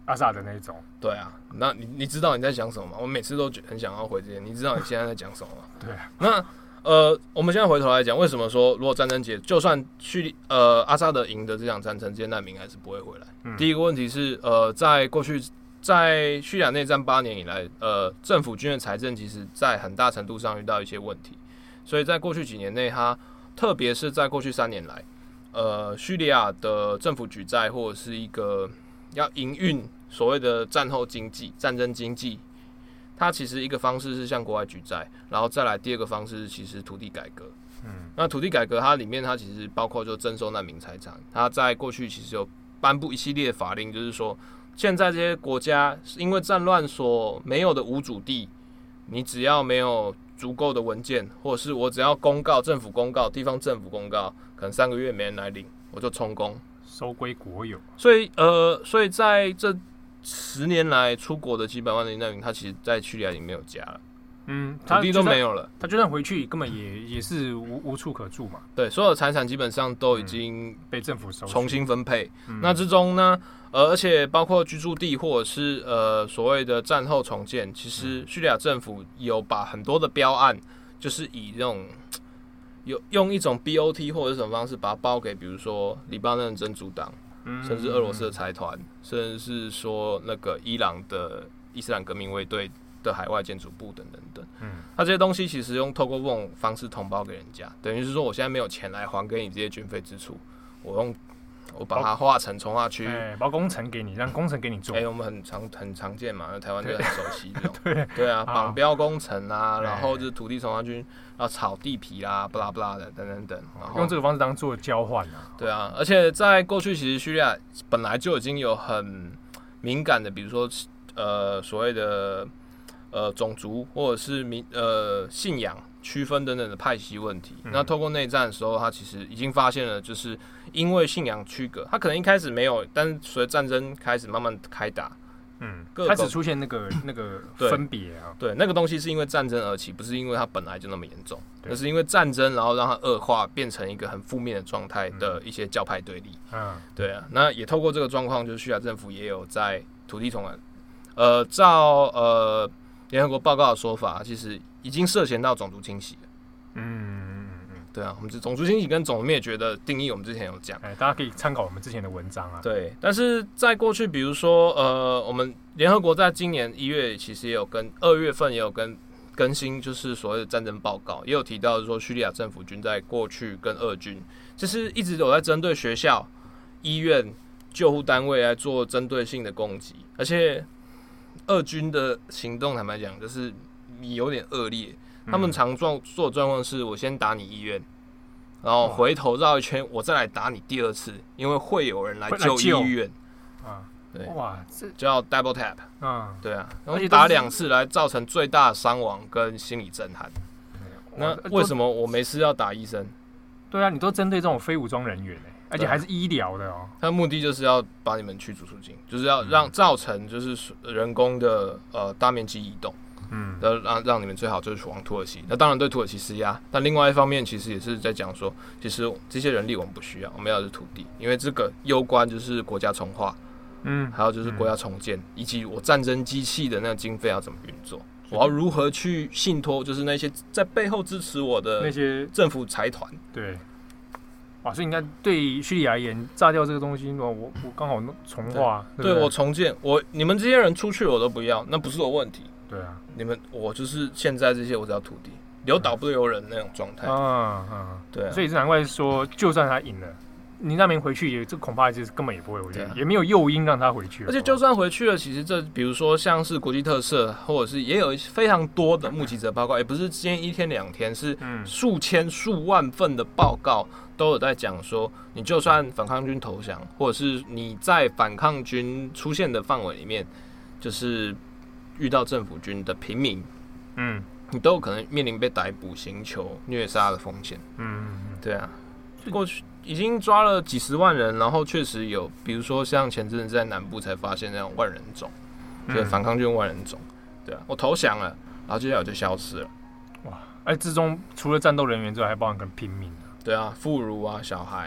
阿萨的那一种。 对啊，那你你知道你在讲什么吗？我每次都很想要回这些，你知道你现在在讲什么吗？ 对啊， 那呃，我们现在回头来讲，为什么说如果战争结，就算叙呃阿萨德赢的这场战争，这些难民还是不会回来？嗯、第一个问题是，呃，在过去在叙利亚内战八年以来，呃，政府军的财政其实在很大程度上遇到一些问题，所以在过去几年内，它特别是在过去三年来，呃，叙利亚的政府举债或者是一个要营运所谓的战后经济、战争经济。它其实一个方式是向国外举债，然后再来第二个方式是其实土地改革。嗯，那土地改革它里面它其实包括就征收难民财产，它在过去其实有颁布一系列法令，就是说现在这些国家因为战乱所没有的无主地，你只要没有足够的文件，或者是我只要公告政府公告、地方政府公告，可能三个月没人来领，我就充公， 收归国有。 所以呃，所以在这十年来出国的几百万的难民，他其实在叙利亚已经没有家了，嗯，土地都没有了。 他就算回去，根本也也是无无处可住嘛。 对，所有的财产基本上都已经、 嗯、被政府收重新分配。嗯、那之中呢，呃，而且包括居住地或者是呃所谓的战后重建，其实叙利亚政府有把很多的标案，就是以这种有用一种 B O T 或者是什么方式把它包给，比如说黎巴嫩真主党。甚至俄罗斯的财团，甚至是说那个伊朗的伊斯兰革命卫队的海外建筑部等等等，嗯，那这些东西其实用透过这种方式统包给人家，等于是说我现在没有钱来还给你这些军费支出，我用我把它划成从化区， 哎，包工程给你，让工程给你做， 哎、欸，我们很常很常见嘛，台湾就很熟悉这种，对对啊，绑标工程啊，然后就是土地从化区。要炒地皮啦，不拉不拉的，等等等，然后用这个方式当做交换啊。 对啊，而且在过去，其实叙利亚本来就已经有很敏感的，比如说呃所谓的呃种族或者是民呃信仰区分等等的派系问题。嗯、那透过内战的时候，他其实已经发现了，就是因为信仰区隔，他可能一开始没有，但是随着战争开始慢慢开打。 嗯，开始出现那个那个分别啊， 对，那个东西是因为战争而起，不是因为它本来就那么严重，而是因为战争，然后让它恶化，变成一个很负面的状态的一些教派对立。嗯，对啊，那也透过这个状况，就是叙利亚政府也有在土地重案，呃，照呃联合国报告的说法，其实已经涉嫌到种族清洗了。嗯。对啊，我们这种族清洗跟种族灭绝的定义，我们之前有讲， 哎，大家可以参考我们之前的文章啊。 对，但是在过去，比如说，呃，我们联合国在今年一月其实也有跟二月份也有跟更新，就是所谓的战争报告，也有提到说，叙利亚政府军在过去跟俄军，就是一直有在针对学校、医院、救护单位来做针对性的攻击，而且俄军的行动坦白讲，就是有点恶劣。他们常做做的状况是，我先打你医院，然后回头绕一圈，我再来打你第二次，因为会有人来救医院。啊，对，哇，这叫 double tap。嗯，对啊，然后打两次来造成最大的伤亡跟心理震撼。那为什么我没事要打医生？ 对啊，你都针对这种非武装人员哎，而且还是医疗的哦。 他的目的就是要把你们驱逐出境，就是要让造成就是人工的呃大面积移动。嗯，让让你们最好就是往土耳其。那当然对土耳其施压，但另外一方面其实也是在讲说，其实这些人力我们不需要，我们要的是土地，因为这个攸关就是国家重化，嗯，还有就是国家重建，嗯、以及我战争机器的那个经费要怎么运作，我要如何去信托，就是那些在背后支持我的那些政府财团。 对，哇，所以应该对叙利亚而言，炸掉这个东西，我我刚好重化， 对, 对, 对我重建，我你们这些人出去我都不要，那不是我问题。 对啊， 你们我就是现在这些，我只要土地，留岛不留人那种状态。啊啊，对啊，所以是难怪说，就算他赢了，你那边回去也，这恐怕就是根本也不会回去，啊、也没有诱因让他回去。 而且就算回去了，其实这比如说像是国际特赦，或者是也有非常多的目击者报告，也不是今天一天两天，是数千数万份的报告都有在讲说，你就算反抗军投降，或者是你在反抗军出现的范围里面，就是遇到政府军的平民，嗯，你都有可能面临被逮捕、刑求、虐杀的风险。嗯，对啊，过去已经抓了几十万人，然后确实有，比如说像前阵子在南部才发现那种万人种，就是反抗军万人种。对啊，我投降了，然后接下来我就消失了。 哇，哎，之中除了战斗人员之外，还包含跟平民。 对啊，妇孺啊，小孩。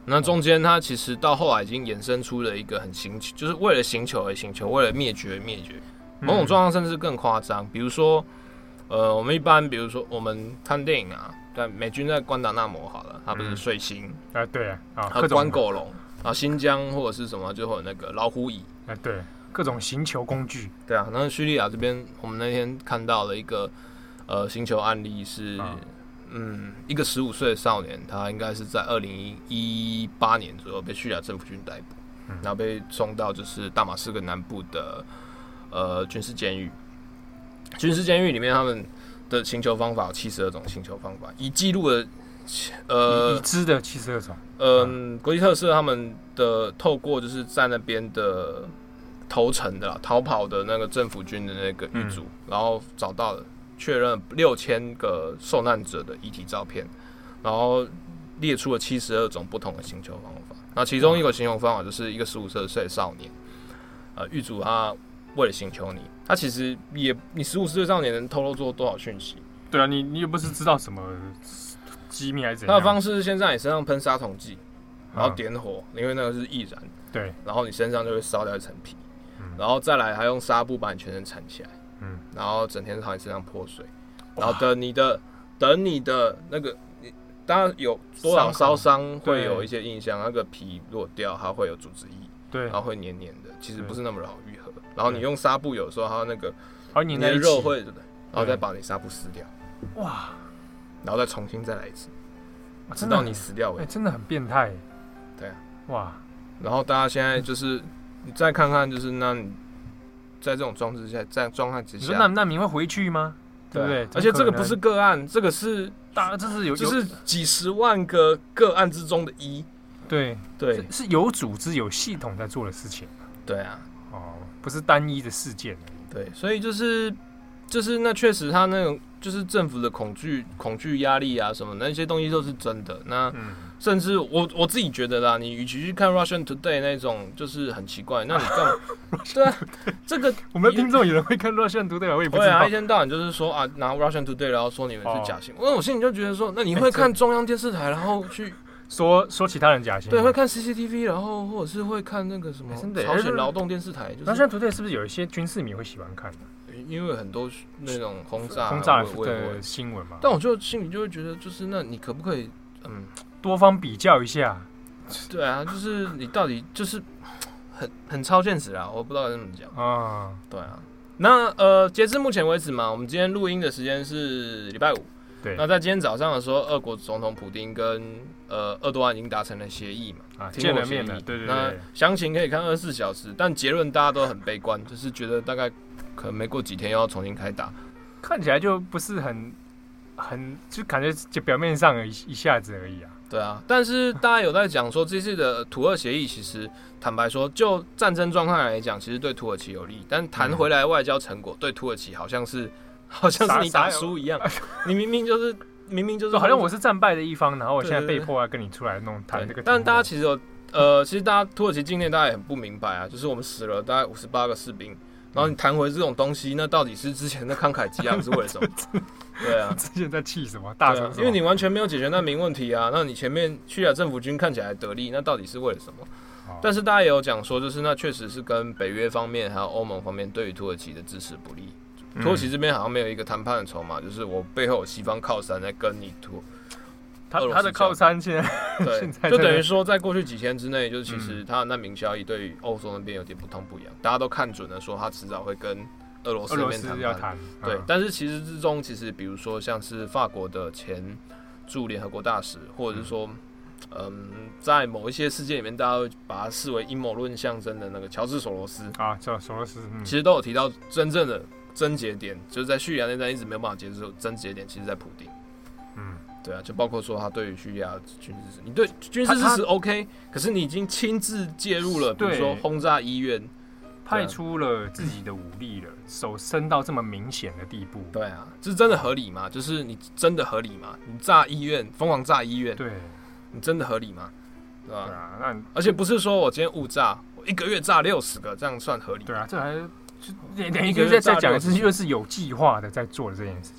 那中间它其实到后来已经衍生出了一个很行求，就是为了行求而行求，为了灭绝而灭绝。某种状况甚至更夸张，比如说，呃，我们一般比如说我们看电影啊，在美军在关达纳摩好了，它不是水星啊、嗯，对啊， 还有关狗笼，然后新疆或者是什么就会有那个老虎蚁， 啊，对，各种行球工具。 对啊，那叙利亚这边我们那天看到了一个呃行球案例是。啊嗯，一个十五岁的少年，他应该是在二零一八年左右被叙利亚政府军逮捕，嗯、然后被送到就是大马士革南部的呃军事监狱。军事监狱里面，他们的行球方法有七十二种行球方法，已记录的呃已知的七十二种。 嗯，国际特赦他们的透过就是在那边的投诚的啦逃跑的那个政府军的那个狱卒，嗯、然后找到了。确认六千个受难者的遗体照片，然后列出了七十二种不同的行球方法。那其中一个行球方法就是一个十五岁的少年，呃，狱卒他为了行球你，他其实也你十五岁少年能透露出多少讯息？ 对啊，你你又不是知道什么机密还是怎样？ 他的方式是先在你身上喷杀虫剂，然后点火，嗯、因为那个是易燃， 对， 然后你身上就会烧掉一层皮，嗯、然后再来还用纱布把你全身缠起来。嗯，然后整天朝你身上泼水，然后等你的等你的那个，当然有多少烧伤会有一些印象，那个皮落掉，它会有组织液， 对， 然后会黏黏的，其实不是那么好愈合。然后你用纱布，有时候它那个你的肉会，然后再把你纱布撕掉，哇，然后再重新再来一次，直到你死掉为止， 欸，真的很变态， 对啊， 哇， 然后大家现在就是你再看看，就是那你。在这种状态之下，在状态之下， 你说难难民会回去吗？对不对？ 而且这个不是个案，这个是大，这是有， 这是几十万个个案之中的一。 对对， 是, 是有组织、有系统在做的事情。 对啊， 哦，不是单一的事件。 对，所以就是就是那确实，他那种就是政府的恐惧、恐惧压力啊什么那些东西都是真的。那。嗯甚至我我自己觉得啦，你与其去看 Russian Today 那种，就是很奇怪，那你干嘛？对啊，这个我们的听众有人会看 Russian Today， 我也不知道。 对啊，一天到晚就是说啊，拿 Russian Today 然后说你们是假新闻，那、哦、我心里就觉得说，那你会看中央电视台，然后去说说其他人假新闻？ 对，会看 C C T V， 然后或者是会看那个什么朝鲜劳动电视台。就是、 Russian Today 是不是有一些军事迷会喜欢看的？ 因为很多那种轰炸轰炸的新闻嘛。 但我就心里就会觉得，就是那你可不可以嗯？ 多方比较一下， 对啊，就是你到底就是很很超现实啊，我不知道该怎么讲啊。对啊，那呃，截至目前为止嘛，我们今天录音的时间是礼拜五。 对。 那在今天早上的时候，俄国总统普丁跟呃鄂多安已经达成了协议嘛， 啊，见了面了。对对对。 那详情可以看二十四小时，但结论大家都很悲观，就是觉得大概可能没过几天又要重新开打， 看起来就不是很很，就感觉就表面上一一下子而已啊。 对啊，但是大家有在讲说，这次的土俄协议其实坦白说，就战争状态来讲，其实对土耳其有利，但谈回来外交成果，对土耳其好像是好像是你打输一样，你明明就是明明就是好像我是战败的一方，然后我现在被迫要跟你出来弄谈这个。 但大家其实有呃，其实大家土耳其境内大家也很不明白啊，就是我们死了大概五十八个士兵。然后你谈回这种东西，那到底是之前的慷慨激昂是为了什么？对啊， 之前在气什么？大声什么？ 因为你完全没有解决难民问题啊。那你前面叙利亚政府军看起来得利，那到底是为了什么？但是大家也有讲说，就是那确实是跟北约方面还有欧盟方面对于土耳其的支持不利。土耳其这边好像没有一个谈判的筹码，就是我背后有西方靠山在跟你土。 他他的靠山现在对， 现在就等于说，在过去几天之内，就是其实他的难民交易对于欧洲那边有点不痛不痒，大家都看准了说他迟早会跟俄罗斯那边谈判。对，嗯、但是其实之中，其实比如说像是法国的前驻联合国大使，或者是说，嗯，在某一些事件里面，大家会把它视为阴谋论象征的那个乔治索罗斯啊，叫索罗斯，嗯、 其实都有提到真正的症结点，就是在叙利亚内战一直没有办法结束，症结点其实在普丁。嗯。对啊，就包括说他对于叙利亚军事支持，你对军事支持 OK， 可是你已经亲自介入了，比如说轰炸医院， 派出了自己的武力了，手伸到这么明显的地步。 对啊，这真的合理吗？就是你真的合理吗？你炸医院，疯狂炸医院， 对， 你真的合理吗？对吧？ 对啊，那而且不是说我今天误炸，我一个月炸六十个，这样算合理？ 对啊，这还等一个月再讲一次，就是有计划的在做这件事情的。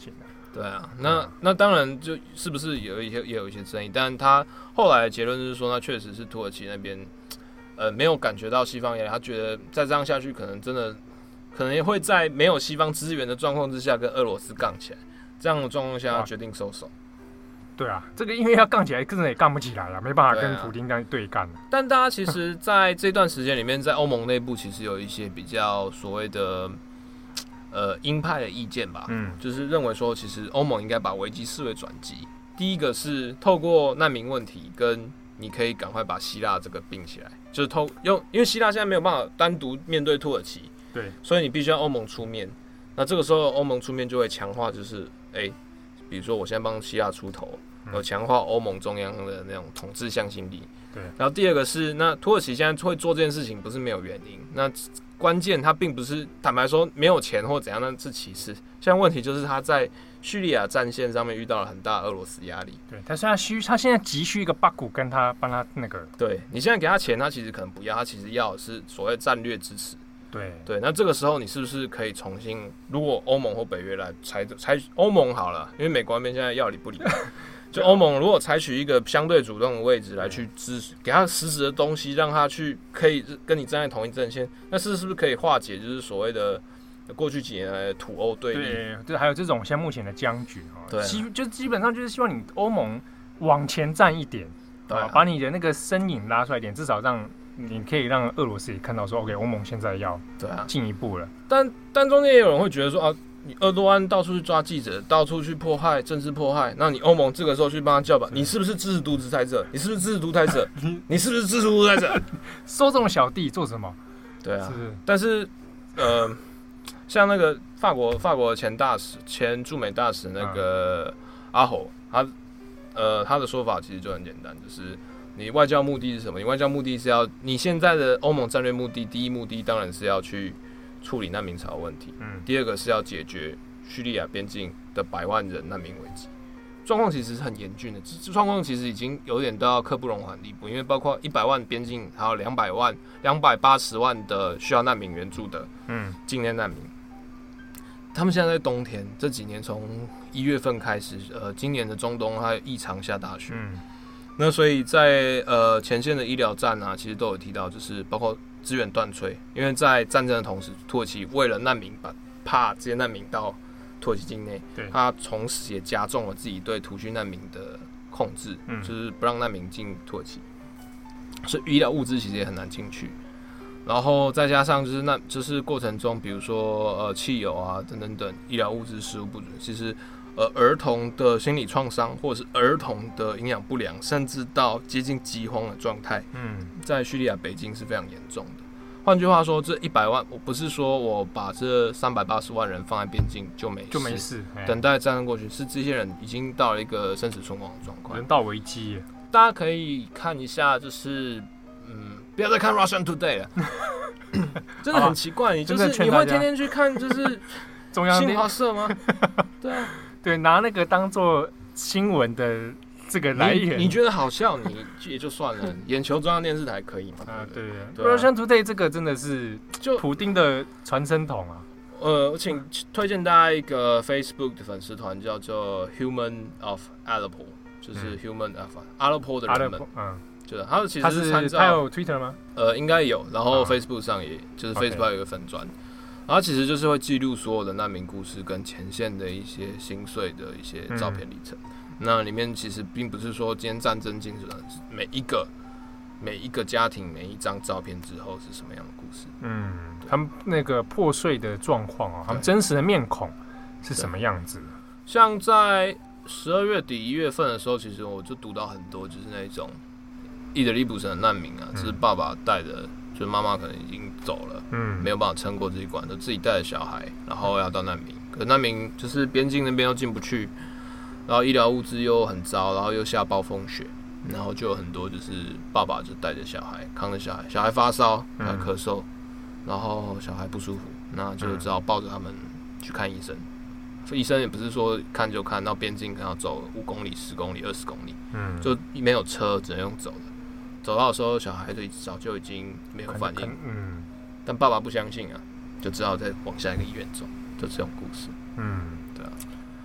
对啊，那那当然就是不是有一些也有一些争议，但他后来的结论就是说，那确实是土耳其那边呃没有感觉到西方压力，他觉得再这样下去，可能真的可能也会在没有西方支援的状况之下跟俄罗斯杠起来，这样的状况下，他决定收手。 对啊，这个因为要杠起来，真的也杠不起来了，没办法跟普丁这样对干、啊。 但大家其实在这段时间里面，在欧盟内部其实有一些比较所谓的。呃，鹰派的意见吧，嗯，就是认为说，其实欧盟应该把危机视为转机。第一个是透过难民问题，跟你可以赶快把希腊这个并起来，就是透用，因为希腊现在没有办法单独面对土耳其， 对， 所以你必须要欧盟出面。那这个时候欧盟出面就会强化，就是哎、欸，比如说我现在帮希腊出头，我强化欧盟中央的那种统治向心力。 对， 然后第二个是，那土耳其现在会做这件事情，不是没有原因。那关键他并不是坦白说没有钱或怎样，那是其次。现在问题就是他在叙利亚战线上面遇到了很大的俄罗斯压力。 对，他现在需他现在急需一个巴古跟他帮他那个。 对你现在给他钱，他其实可能不要，他其实要的是所谓战略支持。 对对，那这个时候你是不是可以重新，如果欧盟或北约来采采欧盟好了，因为美国那边现在要理不理。就欧盟如果采取一个相对主动的位置来去支持，给他实质的东西，让他去可以跟你站在同一阵线，那是是不是可以化解就是所谓的过去几年来的土欧对立？ 对，对，还有这种像目前的僵局哈， 对， 基就基本上就是希望你欧盟往前站一点，对、啊，把你的那个身影拉出来一点，至少让你可以让俄罗斯也看到说 ，OK， 欧盟现在要对啊进一步了。 但但中间也有人会觉得说啊。你鄂多安到处去抓记者，到处去迫害政治迫害，那你欧盟这个时候去帮他叫板，你是不是支持独裁者？你是不是支持独裁者？你是不是支持独裁者？ 收这种小弟做什么？ 对啊，是但是呃，像那个法国法国前大使、前驻美大使那个阿侯，他呃他的说法其实就很简单，就是你外交目的是什么？你外交目的是要你现在的欧盟战略目的，第一目的当然是要去。处理难民潮问题，嗯，第二个是要解决叙利亚边境的百万人难民危机，状况其实是很严峻的，这状况其实已经有点到刻不容缓的地步，因为包括一百万边境，还有两百万、两百八十万的需要难民援助的，嗯，境内难民，他们现在在冬天，这几年从一月份开始，呃，今年的中东还异常下大雪，嗯，那所以在呃前线的医疗站啊，其实都有提到，就是包括。资源断炊，因为在战争的同时，土耳其为了难民把怕这些难民到土耳其境内，他同时也加重了自己对土叙难民的控制，嗯、就是不让难民进土耳其，所以医疗物资其实也很难进去。然后再加上就是那就是过程中，比如说呃汽油啊等等等医疗物资食物不足，其实呃儿童的心理创伤或者是儿童的营养不良，甚至到接近饥荒的状态，嗯，在叙利亚北境是非常严重的。换句话说，这一百万，我不是说我把这三百八十万人放在边境就没事， 就没事， 等待战争过去，是这些人已经到了一个生死存亡的状况， 人道危机。 大家可以看一下，就是嗯，不要再看 Russian Today 了，真的很奇怪，你就是你会天天去看就是中央新华社吗？对啊， 对，拿那个当做新闻的。这个来源你, 你觉得好笑，你也就算了，眼球中央电视台可以吗？ 啊，对对 Russian Today 这个真的是就普丁的传声筒啊。 呃，我请推荐大家一个 Facebook 的粉丝团，叫做 Human of Aleppo， 就是 Human of Aleppo 的人们。嗯，就是他其实是参照， 他有 Twitter 吗？ 呃，应该有，然后 Facebook 上也就是 Facebook 有一个粉专。然后其实就是会记录所有的难民故事跟前线的一些心碎的一些照片历程。嗯，那里面其实并不是说今天战争进入了每一个每一个家庭每一张照片之后是什么样的故事，嗯， 他们那个破碎的状况啊，他们真实的面孔是什么样子的？ 像在十二月底一月份的时候，其实我就读到很多就是那种伊德利卜省的难民啊，嗯，就是爸爸带着，就是妈妈可能已经走了，嗯，没有办法撑过这一关，就自己带着小孩，然后要到难民，可难民就是边境那边又进不去。然后医疗物资又很糟，然后又下暴风雪，然后就有很多就是爸爸就带着小孩，扛着小孩，小孩发烧，还咳嗽，然后小孩不舒服，那就只好抱着他们去看医生。所以医生也不是说看就看到边境，可能要走五公里、十公里、二十公里，嗯，就没有车，只能用走的。走到的时候，小孩就早就已经没有反应，嗯，但爸爸不相信啊，就只好再往下一个医院走，就这种故事，嗯，对啊。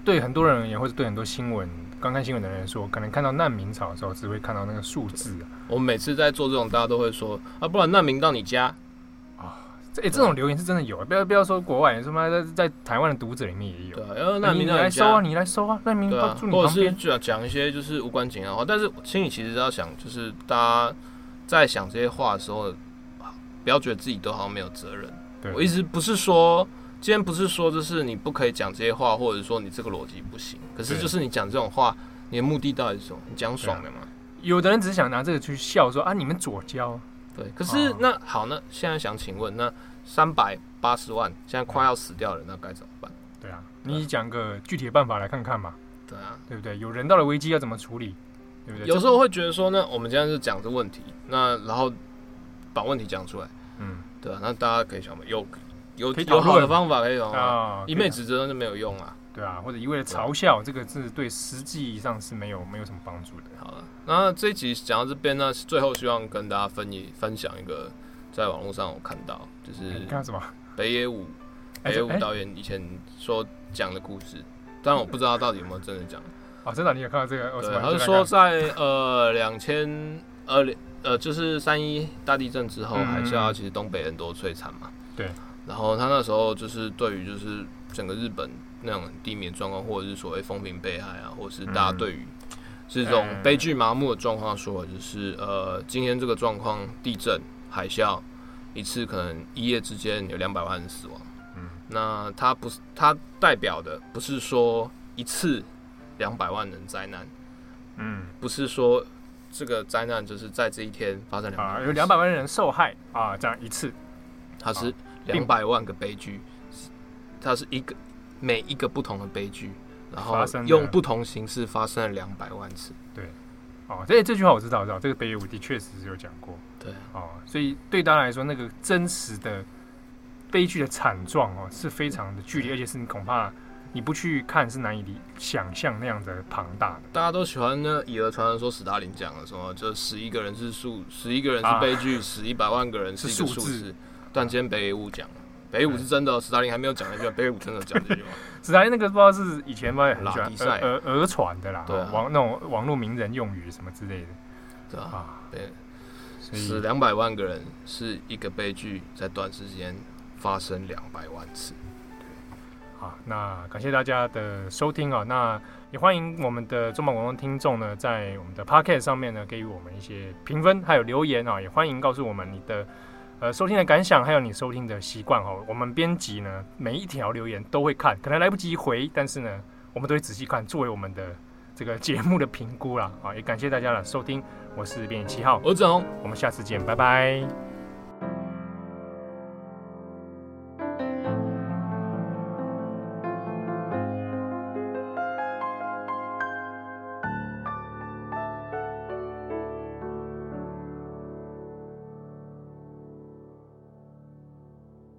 对很多人而言，或者对很多新闻刚看新闻的人说，可能看到难民潮的时候，只会看到那个数字、啊。 我们每次在做这种，大家都会说啊，不然难民到你家。 这、欸、这种留言是真的有，不要不要说国外，什么在在台湾的读者里面也有。 对啊，然后难民你来收啊，你来收啊，难民啊， 住你旁边， 或者是讲一些就是无关紧要的话，但是心里其实要想，就是大家在想这些话的时候，不要觉得自己都好像没有责任。我意思不是说，今天不是说就是你不可以讲这些话，或者说你这个逻辑不行，可是就是你讲这种话，你的目的到底是什么？你讲爽的嘛？ 有的人只是想拿这个去笑说啊，你们左交。 对，可是、哦、那好，那现在想请问，那三百八十万现在快要死掉了，那该怎么办？ 对啊，你讲个具体的办法来看看嘛。 对啊， 对不对？有人道的危机要怎么处理？对不对？ 有时候会觉得说，那我们今天是讲这问题，那然后把问题讲出来，嗯，对啊，那大家可以想嘛，有有有好的方法可以用啊，一昧指责就没有用啊。 对啊，或者一味的嘲笑，这个是对实际上是没有没有什么帮助的。 好了，那这一集讲到这边呢，最后希望跟大家分分享一个在网络上我看到，就是看到什么北野武北野武导演以前说讲的故事，当然我不知道到底有没有真的讲。 啊，真的你有看到这个？ 对，他是说在呃两千呃呃就是三一大地震之后，嗯、海啸其实东北人都摧残嘛。 对。 然后他那时候就是对于就是整个日本那种地面状况，或者是所谓风评被害啊，或者是大家对于这种悲剧麻木的状况说，就是呃今天这个状况，地震、海啸，一次可能一夜之间有两百万人死亡。嗯，那它不是它代表的不是说一次两百万人灾难，嗯，不是说这个灾难就是在这一天发生两百万、 啊，有两百万人受害啊，这样一次， 它是两百万个悲剧，它是一个每一个不同的悲剧，然后用不同形式发生了两百万次。 对，哦，这这句话我知道，我知道这个北野武的确实是有讲过。 对， 哦，所以对大家来说，那个真实的悲剧的惨状哦，是非常的剧烈，而且是你恐怕你不去看是难以想象那样的庞大的。 大家都喜欢那以讹传讹说史达林讲了什么，就死一个人是数，死一个人是悲剧，啊、死一百万个人是一个数字。但今天北野武讲了，北野武是真的、哦，史达林还没有讲那句话，北野武真的讲这句话。 史达林那个不知道是以前嘛很喜欢讹讹传的啦， 对、啊， 网那种网络名人用语什么之类的， 对啊，啊对，死两百万个人是一个悲剧，在短时间发生两百万次。 好，那感谢大家的收听啊、哦，那也欢迎我们的中广广东听众呢，在我们的 Podcast 上面呢，给予我们一些评分还有留言啊、哦，也欢迎告诉我们你的。呃，收听的感想，还有你收听的习惯哦。我们编辑呢，每一条留言都会看，可能来不及回，但是呢，我们都会仔细看，作为我们的这个节目的评估啦。啊，也感谢大家的收听，我是编辑七号， 我是子宏， 我们下次见，拜拜。